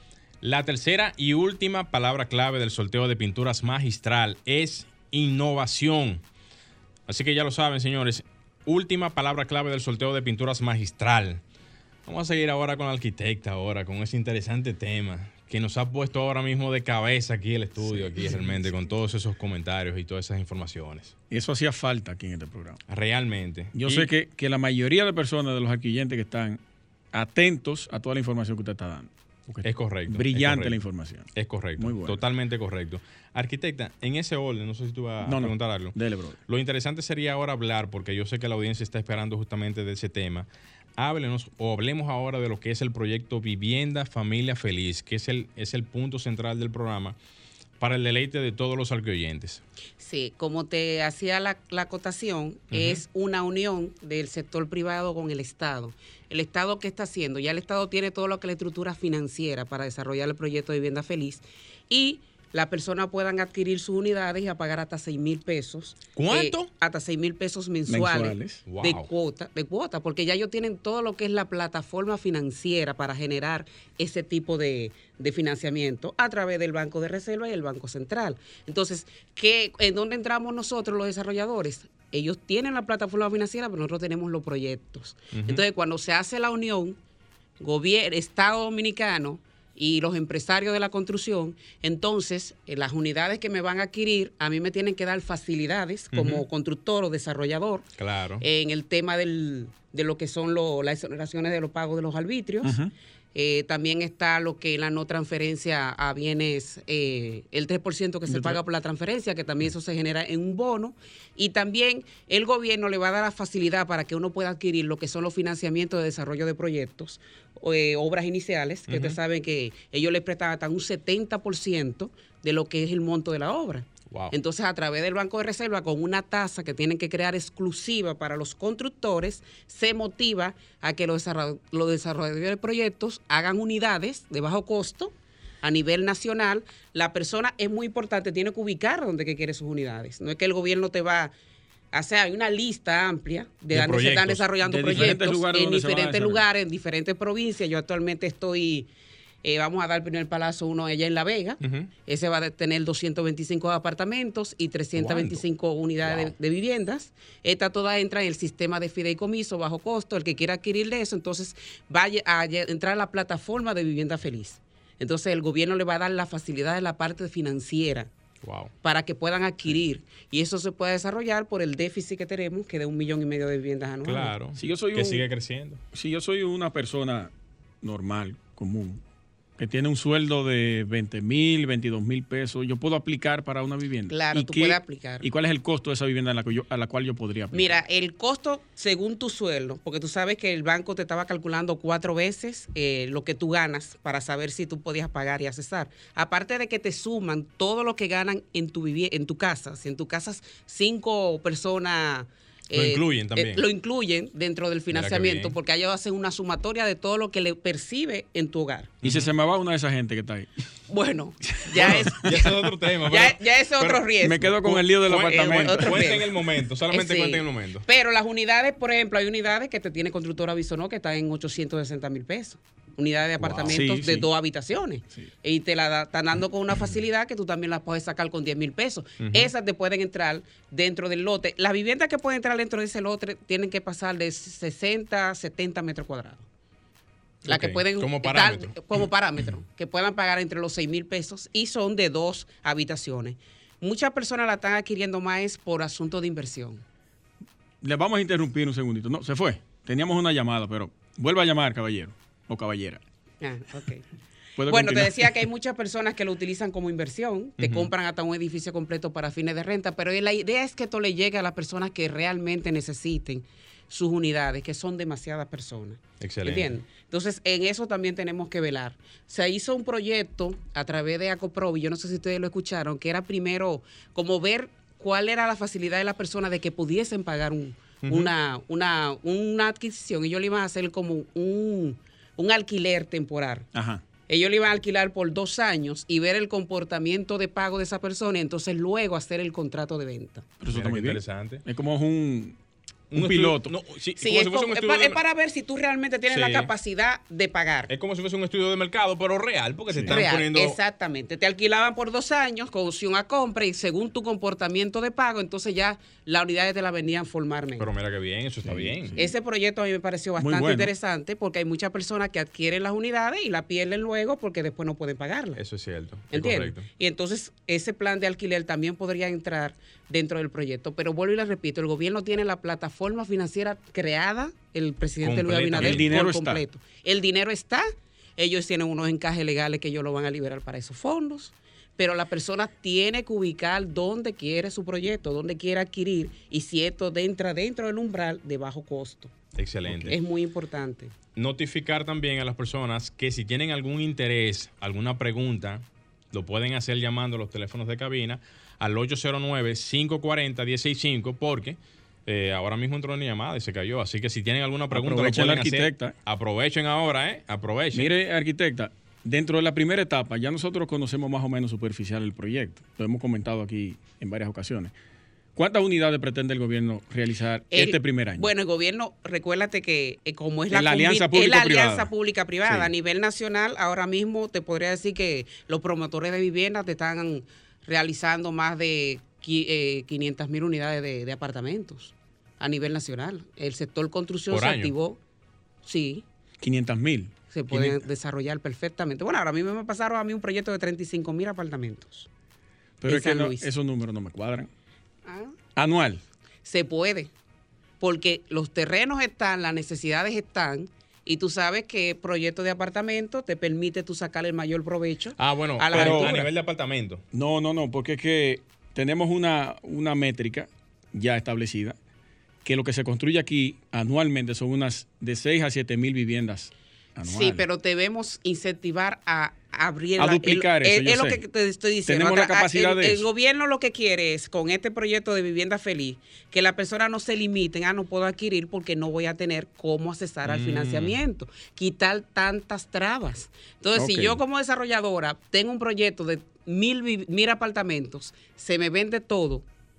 La tercera y última palabra clave del sorteo de pinturas magistral es innovación. Así que ya lo saben, señores. Última palabra clave del sorteo de pinturas magistral. Vamos a seguir ahora con la arquitecta, ahora con ese interesante tema que nos ha puesto ahora mismo de cabeza aquí el estudio, sí, aquí realmente, sí, con todos esos comentarios y todas esas informaciones. Eso hacía falta aquí en este programa. Realmente. Yo y sé que, que la mayoría de personas, de los arquitectos que están atentos a toda la información que usted está dando. Es correcto. Brillante es correcto. la información. Es correcto. Muy bueno. Totalmente correcto. Arquitecta, en ese orden, no sé si tú vas no, a preguntar no. algo. Dele, bro. Lo interesante sería ahora hablar, porque yo sé que la audiencia está esperando justamente de ese tema. Háblenos o hablemos ahora de lo que es el proyecto Vivienda Familia Feliz, que es el, es el punto central del programa para el deleite de todos los arquioyentes. Sí, como te hacía la, la acotación, uh-huh. es una unión del sector privado con el Estado. El Estado, ¿qué está haciendo? Ya el Estado tiene todo lo que es la estructura financiera para desarrollar el proyecto de Vivienda Feliz y las personas puedan adquirir sus unidades y a pagar hasta seis mil pesos. ¿Cuánto? Eh, hasta seis mil pesos mensuales, mensuales. Wow. de cuota, de cuota, porque ya ellos tienen todo lo que es la plataforma financiera para generar ese tipo de, de financiamiento a través del Banco de Reserva y el Banco Central. Entonces, ¿qué, ¿en dónde entramos nosotros los desarrolladores? Ellos tienen la plataforma financiera, pero nosotros tenemos los proyectos. Uh-huh. Entonces, cuando se hace la unión, gobierno, Estado Dominicano y los empresarios de la construcción, entonces eh, las unidades que me van a adquirir, a mí me tienen que dar facilidades como uh-huh. constructor o desarrollador. Claro. Eh, en el tema del, de lo que son lo, las exoneraciones de los pagos de los arbitrios. Uh-huh. Eh, también está lo que es la no transferencia a bienes, eh, el tres por ciento que se paga por la transferencia, que también eso se genera en un bono. Y también el gobierno le va a dar la facilidad para que uno pueda adquirir lo que son los financiamientos de desarrollo de proyectos, eh, obras iniciales, que uh-huh. ustedes saben que ellos les prestan hasta un setenta por ciento de lo que es el monto de la obra. Wow. Entonces, a través del Banco de Reserva, con una tasa que tienen que crear exclusiva para los constructores, se motiva a que los desarrolladores de proyectos hagan unidades de bajo costo a nivel nacional. La persona, es muy importante, tiene que ubicar dónde que quiere sus unidades. No es que el gobierno te va... O sea, hay una lista amplia de, de donde se están desarrollando de proyectos diferentes en diferentes lugares, en diferentes provincias. Yo actualmente estoy... Eh, vamos a dar el primer palazo uno allá en La Vega. Uh-huh. Ese va a tener doscientos veinticinco apartamentos y trescientas veinticinco ¿Cuánto? Unidades wow. de, de viviendas. Esta toda entra en el sistema de fideicomiso bajo costo. El que quiera adquirir de eso, entonces va a, a entrar a la plataforma de Vivienda Feliz. Entonces el gobierno le va a dar la facilidad de la parte financiera wow. para que puedan adquirir. Y eso se puede desarrollar por el déficit que tenemos, que de un millón y medio de viviendas anuales. Claro, si yo soy que un, sigue creciendo. Si yo soy una persona normal, común, que tiene un sueldo de veinte mil, veintidós mil pesos, ¿yo puedo aplicar para una vivienda? Claro, tú qué, puedes aplicar. ¿Y cuál es el costo de esa vivienda a la, que yo, a la cual yo podría aplicar? Mira, el costo según tu sueldo, porque tú sabes que el banco te estaba calculando cuatro veces eh, lo que tú ganas para saber si tú podías pagar y accesar. Aparte de que te suman todo lo que ganan en tu, en tu casa. Si en tu casa cinco personas... Lo eh, incluyen también. Eh, lo incluyen dentro del financiamiento porque ellos hacen una sumatoria de todo lo que le percibe en tu hogar. ¿Y uh-huh. si se me va una de esa gente que está ahí? Bueno, ya bueno, es ya es otro tema. ya, pero, ya es otro pero riesgo. Me quedo con el lío del apartamento. Eh, cuenta en el momento, solamente sí. cuenta en el momento. Pero las unidades, por ejemplo, hay unidades que te tiene Constructora Bisonó que están en ochocientos sesenta mil pesos. Unidades de apartamentos wow. sí, de sí. dos habitaciones. Sí. Y te la da, están dando con una facilidad que tú también las puedes sacar con diez mil pesos. Uh-huh. Esas te pueden entrar dentro del lote. Las viviendas que pueden entrar dentro de ese lote tienen que pasar de sesenta a setenta metros cuadrados. Las okay. que pueden como parámetro. Estar, como parámetro, que puedan pagar entre los seis mil pesos y son de dos habitaciones. Muchas personas la están adquiriendo más por asunto de inversión. Les vamos a interrumpir un segundito. No, se fue. Teníamos una llamada, pero vuelva a llamar, caballero. O caballera. Ah, okay. Bueno, continuar? Te decía que hay muchas personas que lo utilizan como inversión, te uh-huh. compran hasta un edificio completo para fines de renta, pero la idea es que esto le llegue a las personas que realmente necesiten sus unidades, que son demasiadas personas. Excelente. ¿Entiendes? Entonces, en eso también tenemos que velar. Se hizo un proyecto a través de ACOPROVI, yo no sé si ustedes lo escucharon, que era primero como ver cuál era la facilidad de las personas de que pudiesen pagar un, uh-huh. una, una, una adquisición. Ellos le iban a hacer como un... un alquiler temporal. Ajá. Ellos le iban a alquilar por dos años y ver el comportamiento de pago de esa persona y entonces luego hacer el contrato de venta. Pero eso está muy interesante. Es como un, un, un piloto. No, sí, Sí, como es, si fuese como- un es estudio pa- de- es para ver si tú realmente tienes Sí. la capacidad de pagar. Es como si fuese un estudio de mercado, pero real, porque se están Real, poniendo... exactamente. Te alquilaban por dos años con opción a compra y según tu comportamiento de pago, entonces ya las unidades te la venían formalmente. Pero mira qué bien, eso está Sí, bien. sí. Ese proyecto a mí me pareció Muy bastante bueno. interesante porque hay muchas personas que adquieren las unidades y la pierden luego porque después no pueden pagarlas. Eso es cierto. es ¿Entiendes? correcto. Y entonces ese plan de alquiler también podría entrar dentro del proyecto. Pero vuelvo y les repito, el gobierno tiene la plataforma financiera creada, el presidente Luis Completa. Abinader, El dinero por está. completo. El dinero está, ellos tienen unos encajes legales que ellos lo van a liberar para esos fondos, pero la persona tiene que ubicar dónde quiere su proyecto, dónde quiere adquirir y si esto entra dentro del umbral de bajo costo. Excelente. Es muy importante. Notificar también a las personas que si tienen algún interés, alguna pregunta, lo pueden hacer llamando a los teléfonos de cabina al ocho cero nueve, cinco cuatro cero, uno seis cinco porque eh, ahora mismo entró una llamada y se cayó. Así que si tienen alguna pregunta, Aprovechen lo la pueden hacer. arquitecta. Aprovechen ahora, ¿eh? Aprovechen. Mire, arquitecta, dentro de la primera etapa, ya nosotros conocemos más o menos superficial el proyecto. Lo hemos comentado aquí en varias ocasiones. ¿Cuántas unidades pretende el gobierno realizar El- este primer año? Bueno, el gobierno, recuérdate que eh, como es Es la combi- alianza es la público-privada. alianza pública-privada Sí. a nivel nacional, ahora mismo te podría decir que los promotores de vivienda te están realizando más de qui- eh, quinientas mil unidades de, de apartamentos a nivel nacional. El sector construcción ¿Por se año? activó, sí, quinientas mil. se pueden desarrollar perfectamente. Bueno, ahora mismo me pasaron a mí un proyecto de treinta y cinco mil apartamentos. Pero en es que San no- Luis. esos números no me cuadran. Ah. Anual. Se puede, porque los terrenos están, las necesidades están, y tú sabes que proyecto de apartamento te permite tú sacar el mayor provecho. Ah, bueno, a la pero altura. a nivel de apartamento. No, no, no, porque es que tenemos una, una métrica ya establecida que lo que se construye aquí anualmente son unas de seis a siete mil viviendas anuales. Sí, pero debemos incentivar a abrir A la- duplicar el- eso, el- yo Es lo sé. que te estoy diciendo. Tenemos la Acá, capacidad el, de el eso. gobierno lo que quiere es, con este proyecto de vivienda feliz, que las personas no se limiten a no puedo adquirir porque no voy a tener cómo accesar al Mm. financiamiento. Quitar tantas trabas. Entonces, Ok. si yo como desarrolladora tengo un proyecto de mil, vi- mil apartamentos, se me vende todo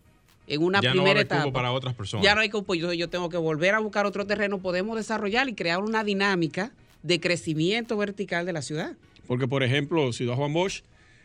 en una Ya no va a primera haber cupo etapa. para otras personas. Ya no hay cupo, yo, yo tengo que volver a buscar otro terreno. Podemos desarrollar y crear una dinámica de crecimiento vertical de la ciudad. Porque, por ejemplo, Ciudad Juan Bosch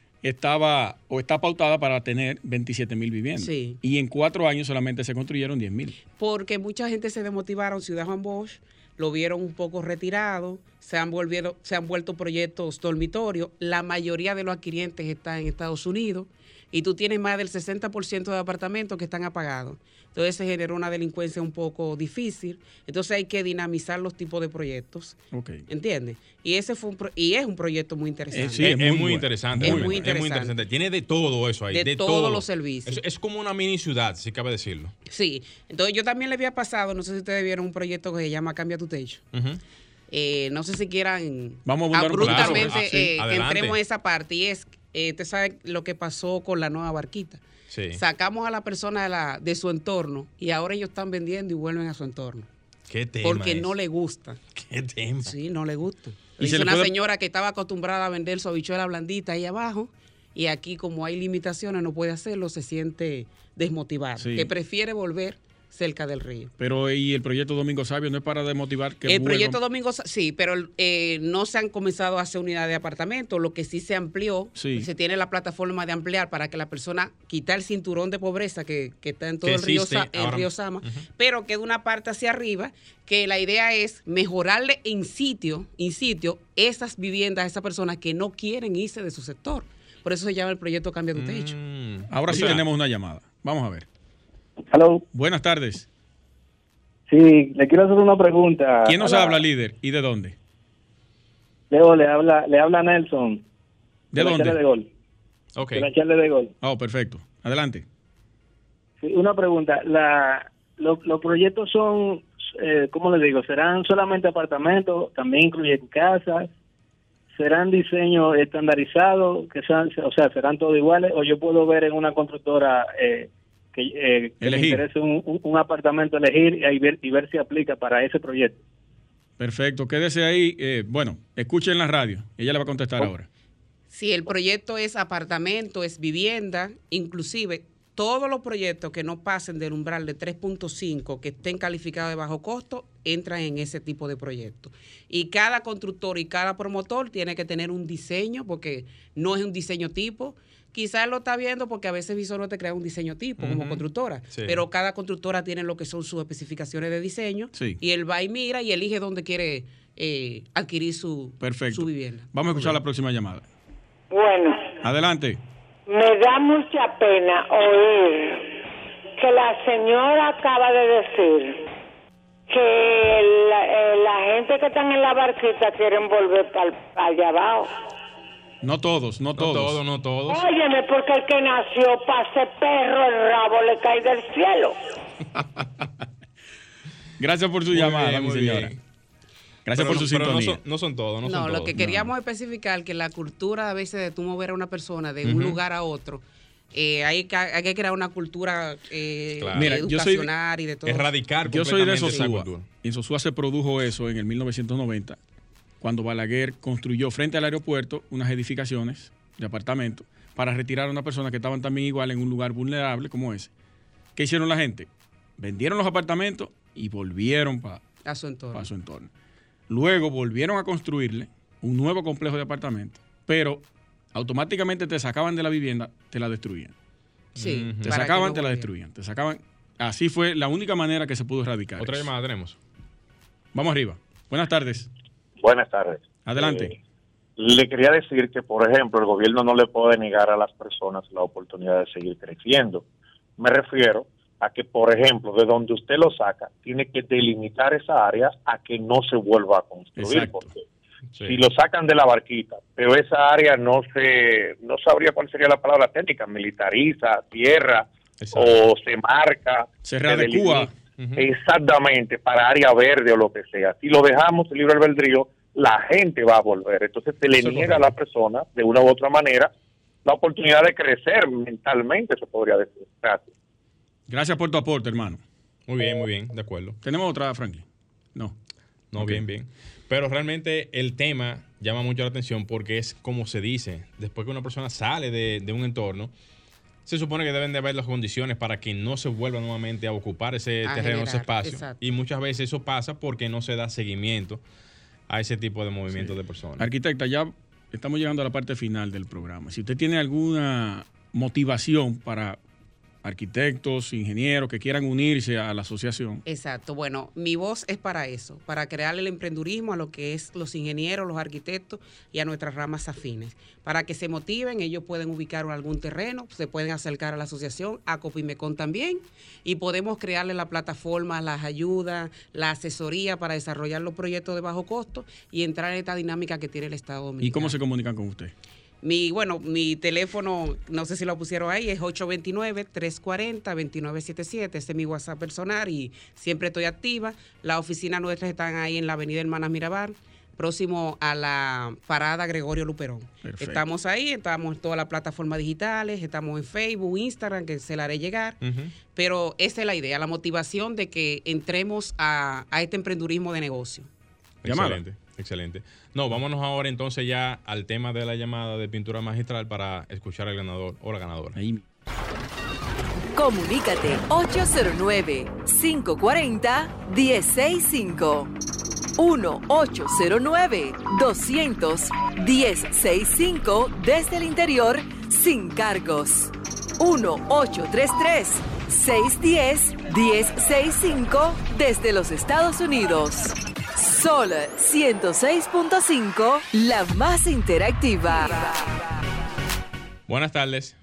estaba o está pautada para tener veintisiete mil viviendas. Sí. Y en cuatro años solamente se construyeron diez mil. Porque mucha gente se desmotivaron. Ciudad Juan Bosch lo vieron un poco retirado, se han, volvido, se han vuelto proyectos dormitorios. La mayoría de los adquirientes están en Estados Unidos y tú tienes más del sesenta por ciento de apartamentos que están apagados. Entonces se generó una delincuencia un poco difícil. Entonces hay que dinamizar los tipos de proyectos. Ok. ¿Entiendes? Y ese fue un pro- y es un proyecto muy interesante. Eh, sí, es, es es muy muy bueno. interesante. Es realmente. muy Es muy interesante. interesante. Tiene de todo eso ahí. De De, todos todo. los servicios. Es, es como una mini ciudad, si cabe decirlo. Sí. Entonces yo también le había pasado, no sé si ustedes vieron un proyecto que se llama Cambia tu techo. Ujú. Eh, no sé si quieran Vamos a abundar un poquito. abruptamente Claro, ah, sí, eh, que adelante. entremos en esa parte. Y es, eh, usted sabe lo que pasó con la nueva barquita. Sí. Sacamos a la persona de, la, de su entorno y ahora ellos están vendiendo y vuelven a su entorno. ¿Qué tema Porque es? no le gusta. ¿Qué tema? Sí, no le gusta. Y se Dice le una puede- señora que estaba acostumbrada a vender su habichuela blandita ahí abajo y aquí como hay limitaciones no puede hacerlo, se siente desmotivada. Sí. Que prefiere volver cerca del río. Pero y el proyecto Domingo Sabio no es para desmotivar que El vuelvan- proyecto Domingo, Sa- sí, pero eh, no se han comenzado a hacer unidades de apartamentos. Lo que sí se amplió, Sí. se tiene la plataforma de ampliar para que la persona quitar el cinturón de pobreza que, que está en todo Que el río, existe Sa- el ahora- río Sama, Ujú. pero que de una parte hacia arriba, que la idea es mejorarle en sitio, in sitio, esas viviendas a esas personas que no quieren irse de su sector. Por eso se llama el proyecto Cambia tu Techo. Mm. Ahora O sí sea, tenemos una llamada. Vamos a ver. Hello. Buenas tardes. Sí, le quiero hacer una pregunta. ¿Quién nos a la- habla, líder? ¿Y de dónde? Leo, le habla, le habla Nelson. ¿De la dónde? Charla de gol. Ok. De la charla de gol. Oh, perfecto. Adelante. Sí, una pregunta. La, lo- los proyectos son, eh, ¿cómo le digo? ¿Serán solamente apartamentos? ¿También incluyen casas? ¿Serán diseños estandarizados? Que sean, o sea, ¿serán todos iguales? ¿O yo puedo ver en una constructora eh, que, eh, que me Elegir. interese un, un- un apartamento, elegir y, ahí ver, y ver si aplica para ese proyecto? Perfecto. Quédese ahí. Eh, bueno, escuchen la radio. Ella le va a contestar Oh. ahora. Si el proyecto es apartamento, es vivienda, inclusive todos los proyectos que no pasen del umbral de tres punto cinco, que estén calificados de bajo costo, entran en ese tipo de proyectos. Y cada constructor y cada promotor tiene que tener un diseño, porque no es un diseño tipo. Quizás lo está viendo porque a veces Visor no te crea un diseño tipo uh-huh. como constructora, sí. pero cada constructora tiene lo que son sus especificaciones de diseño sí. y él va y mira y elige dónde quiere eh, adquirir su, su vivienda. Vamos a escuchar la próxima llamada. Bueno. Adelante. Me da mucha pena oír que la señora acaba de decir que la, eh, la gente que están en la barquita quieren volver para allá abajo. No todos, no todos. No todos, no todos. Óyeme, porque el que nació para ser perro, el rabo le cae del cielo. Gracias por su muy llamada, bien, mi señora. Bien. Gracias pero por no, su pero sintonía. No son, no son todos, no, no son todos. Lo que queríamos no. especificar que la cultura a veces de tú mover a una persona de uh-huh. un lugar a otro, eh, hay, que, hay que crear una cultura eh, claro. Mira, educacional yo soy, y de todo. Erradicar yo soy de Sosúa. Esa y Sosúa se produjo eso en el mil novecientos noventa, cuando Balaguer construyó frente al aeropuerto unas edificaciones de apartamentos para retirar a una persona que estaban también igual en un lugar vulnerable como ese. ¿Qué hicieron la gente? Vendieron los apartamentos y volvieron para a su entorno. Pa su entorno. Luego volvieron a construirle un nuevo complejo de apartamentos, pero automáticamente te sacaban de la vivienda, te la destruían. Sí. Te sacaban, no te la destruían. Te sacaban. Así fue la única manera que se pudo erradicar. Otra eso. llamada tenemos. Vamos arriba. Buenas tardes. Buenas tardes. Adelante. Eh, le quería decir que, por ejemplo, el gobierno no le puede negar a las personas la oportunidad de seguir creciendo. Me refiero a que, por ejemplo, de donde usted lo saca, tiene que delimitar esa área a que no se vuelva a construir. Exacto. Porque sí. si lo sacan de la barquita, pero esa área no se, no sabría cuál sería la palabra técnica, militariza, tierra, exacto. o se marca. Se readecúa. Uh-huh. Exactamente, para área verde o lo que sea. Si lo dejamos libre albedrío, la gente va a volver. Entonces se le Eso niega a la persona, de una u otra manera, la oportunidad de crecer mentalmente, se podría decir. Gracias. Gracias por tu aporte, hermano. Muy bien, muy bien, de acuerdo. ¿Tenemos otra, Franklin? No. No, okay. bien, bien. Pero realmente el tema llama mucho la atención porque es como se dice, después que una persona sale de, de un entorno, se supone que deben de haber las condiciones para que no se vuelva nuevamente a ocupar ese a terreno, generar, ese espacio. Exacto. Y muchas veces eso pasa porque no se da seguimiento a ese tipo de movimientos sí. de personas. Arquitecta, ya estamos llegando a la parte final del programa. Si usted tiene alguna motivación para arquitectos, ingenieros que quieran unirse a la asociación. Exacto. Bueno, mi voz es para eso, para crear el emprendurismo a lo que es los ingenieros, los arquitectos y a nuestras ramas afines. Para que se motiven, ellos pueden ubicar algún terreno, se pueden acercar a la asociación, a Copimecon también, y podemos crearle la plataforma, las ayudas, la asesoría para desarrollar los proyectos de bajo costo y entrar en esta dinámica que tiene el Estado Dominicano. ¿Y cómo se comunican con usted? Mi, bueno, mi teléfono, no sé si lo pusieron ahí, es ocho dos nueve, tres cuatro cero, dos nueve siete siete. Ese es mi WhatsApp personal y siempre estoy activa. Las oficinas nuestras están ahí en la avenida Hermanas Mirabal, próximo a la parada Gregorio Luperón. Perfecto. Estamos ahí, estamos en todas las plataformas digitales, estamos en Facebook, Instagram, que se la haré llegar. Uh-huh. Pero esa es la idea, la motivación de que entremos a, a este emprendurismo de negocio. Excelente. Excelente. No, vámonos ahora entonces ya al tema de la llamada de pintura magistral para escuchar al ganador o la ganadora. Ahí. Comunícate ocho cero nueve, cinco cuatro cero, uno cero seis cinco. uno ocho cero nueve, dos cero cero, uno cero seis cinco desde el interior sin cargos. uno ocho tres tres, seis uno cero, uno cero seis cinco desde los Estados Unidos. Sol ciento seis punto cinco, la más interactiva. Buenas tardes.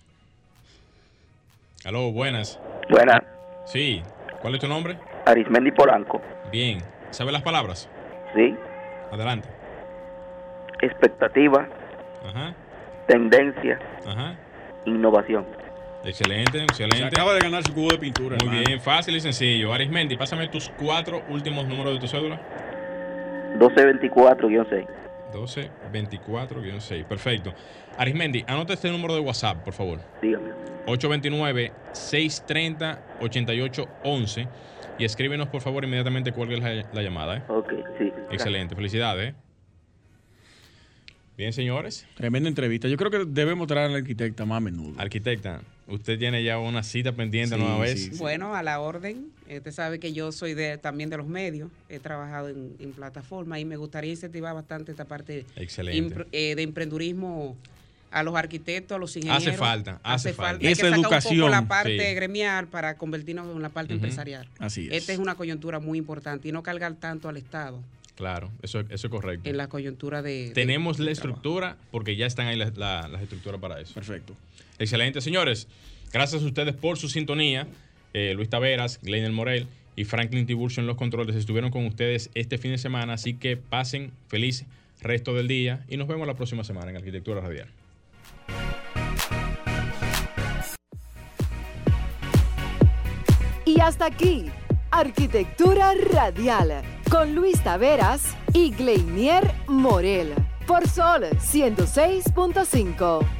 Aló, buenas. Buenas. Sí. ¿Cuál es tu nombre? Arismendi Polanco. Bien. ¿Sabes las palabras? Sí. Adelante. Expectativa. Ajá. Tendencia. Ajá. Innovación. Excelente, excelente. Se acaba de ganar su cubo de pintura. Muy hermano. bien, fácil y sencillo. Arismendi, pásame tus cuatro últimos números de tu cédula. doce veinticuatro guion seis. doce veinticuatro guion seis. Perfecto. Arismendi, anota este número de WhatsApp, por favor. Dígame. ocho dos nueve, seis tres cero, ocho ocho uno uno. Y escríbenos, por favor, inmediatamente cuelgue la, la llamada. ¿eh? Ok, sí. Excelente. Felicidades. ¿eh? Bien, señores. Tremenda entrevista. Yo creo que debemos traer a la arquitecta más a menudo. Arquitecta, usted tiene ya una cita pendiente Sí, nueva vez. sí, sí. Bueno, a la orden. Usted sabe que yo soy de, también de los medios. He trabajado en, en plataforma y me gustaría incentivar bastante esta parte Excelente. impr- eh, de emprendurismo a los arquitectos, a los ingenieros. Hace falta, hace falta. Hay Esa que sacar educación, un poco la parte sí. gremial para convertirnos en la parte Ujú. empresarial. Así es. Esta es una coyuntura muy importante y no cargar tanto al Estado Claro, eso, eso es correcto. en la coyuntura de... Tenemos de- la de trabajo. estructura porque ya están ahí la- la- las estructuras para eso. Perfecto. Excelente, señores. Gracias a ustedes por su sintonía. Eh, Luis Taveras, Gleiner Morel y Franklin Tiburcio en los controles estuvieron con ustedes este fin de semana, así que pasen feliz resto del día y nos vemos la próxima semana en Arquitectura Radial. Y hasta aquí, Arquitectura Radial, con Luis Taveras y Gleinier Morel, por Sol ciento seis punto cinco.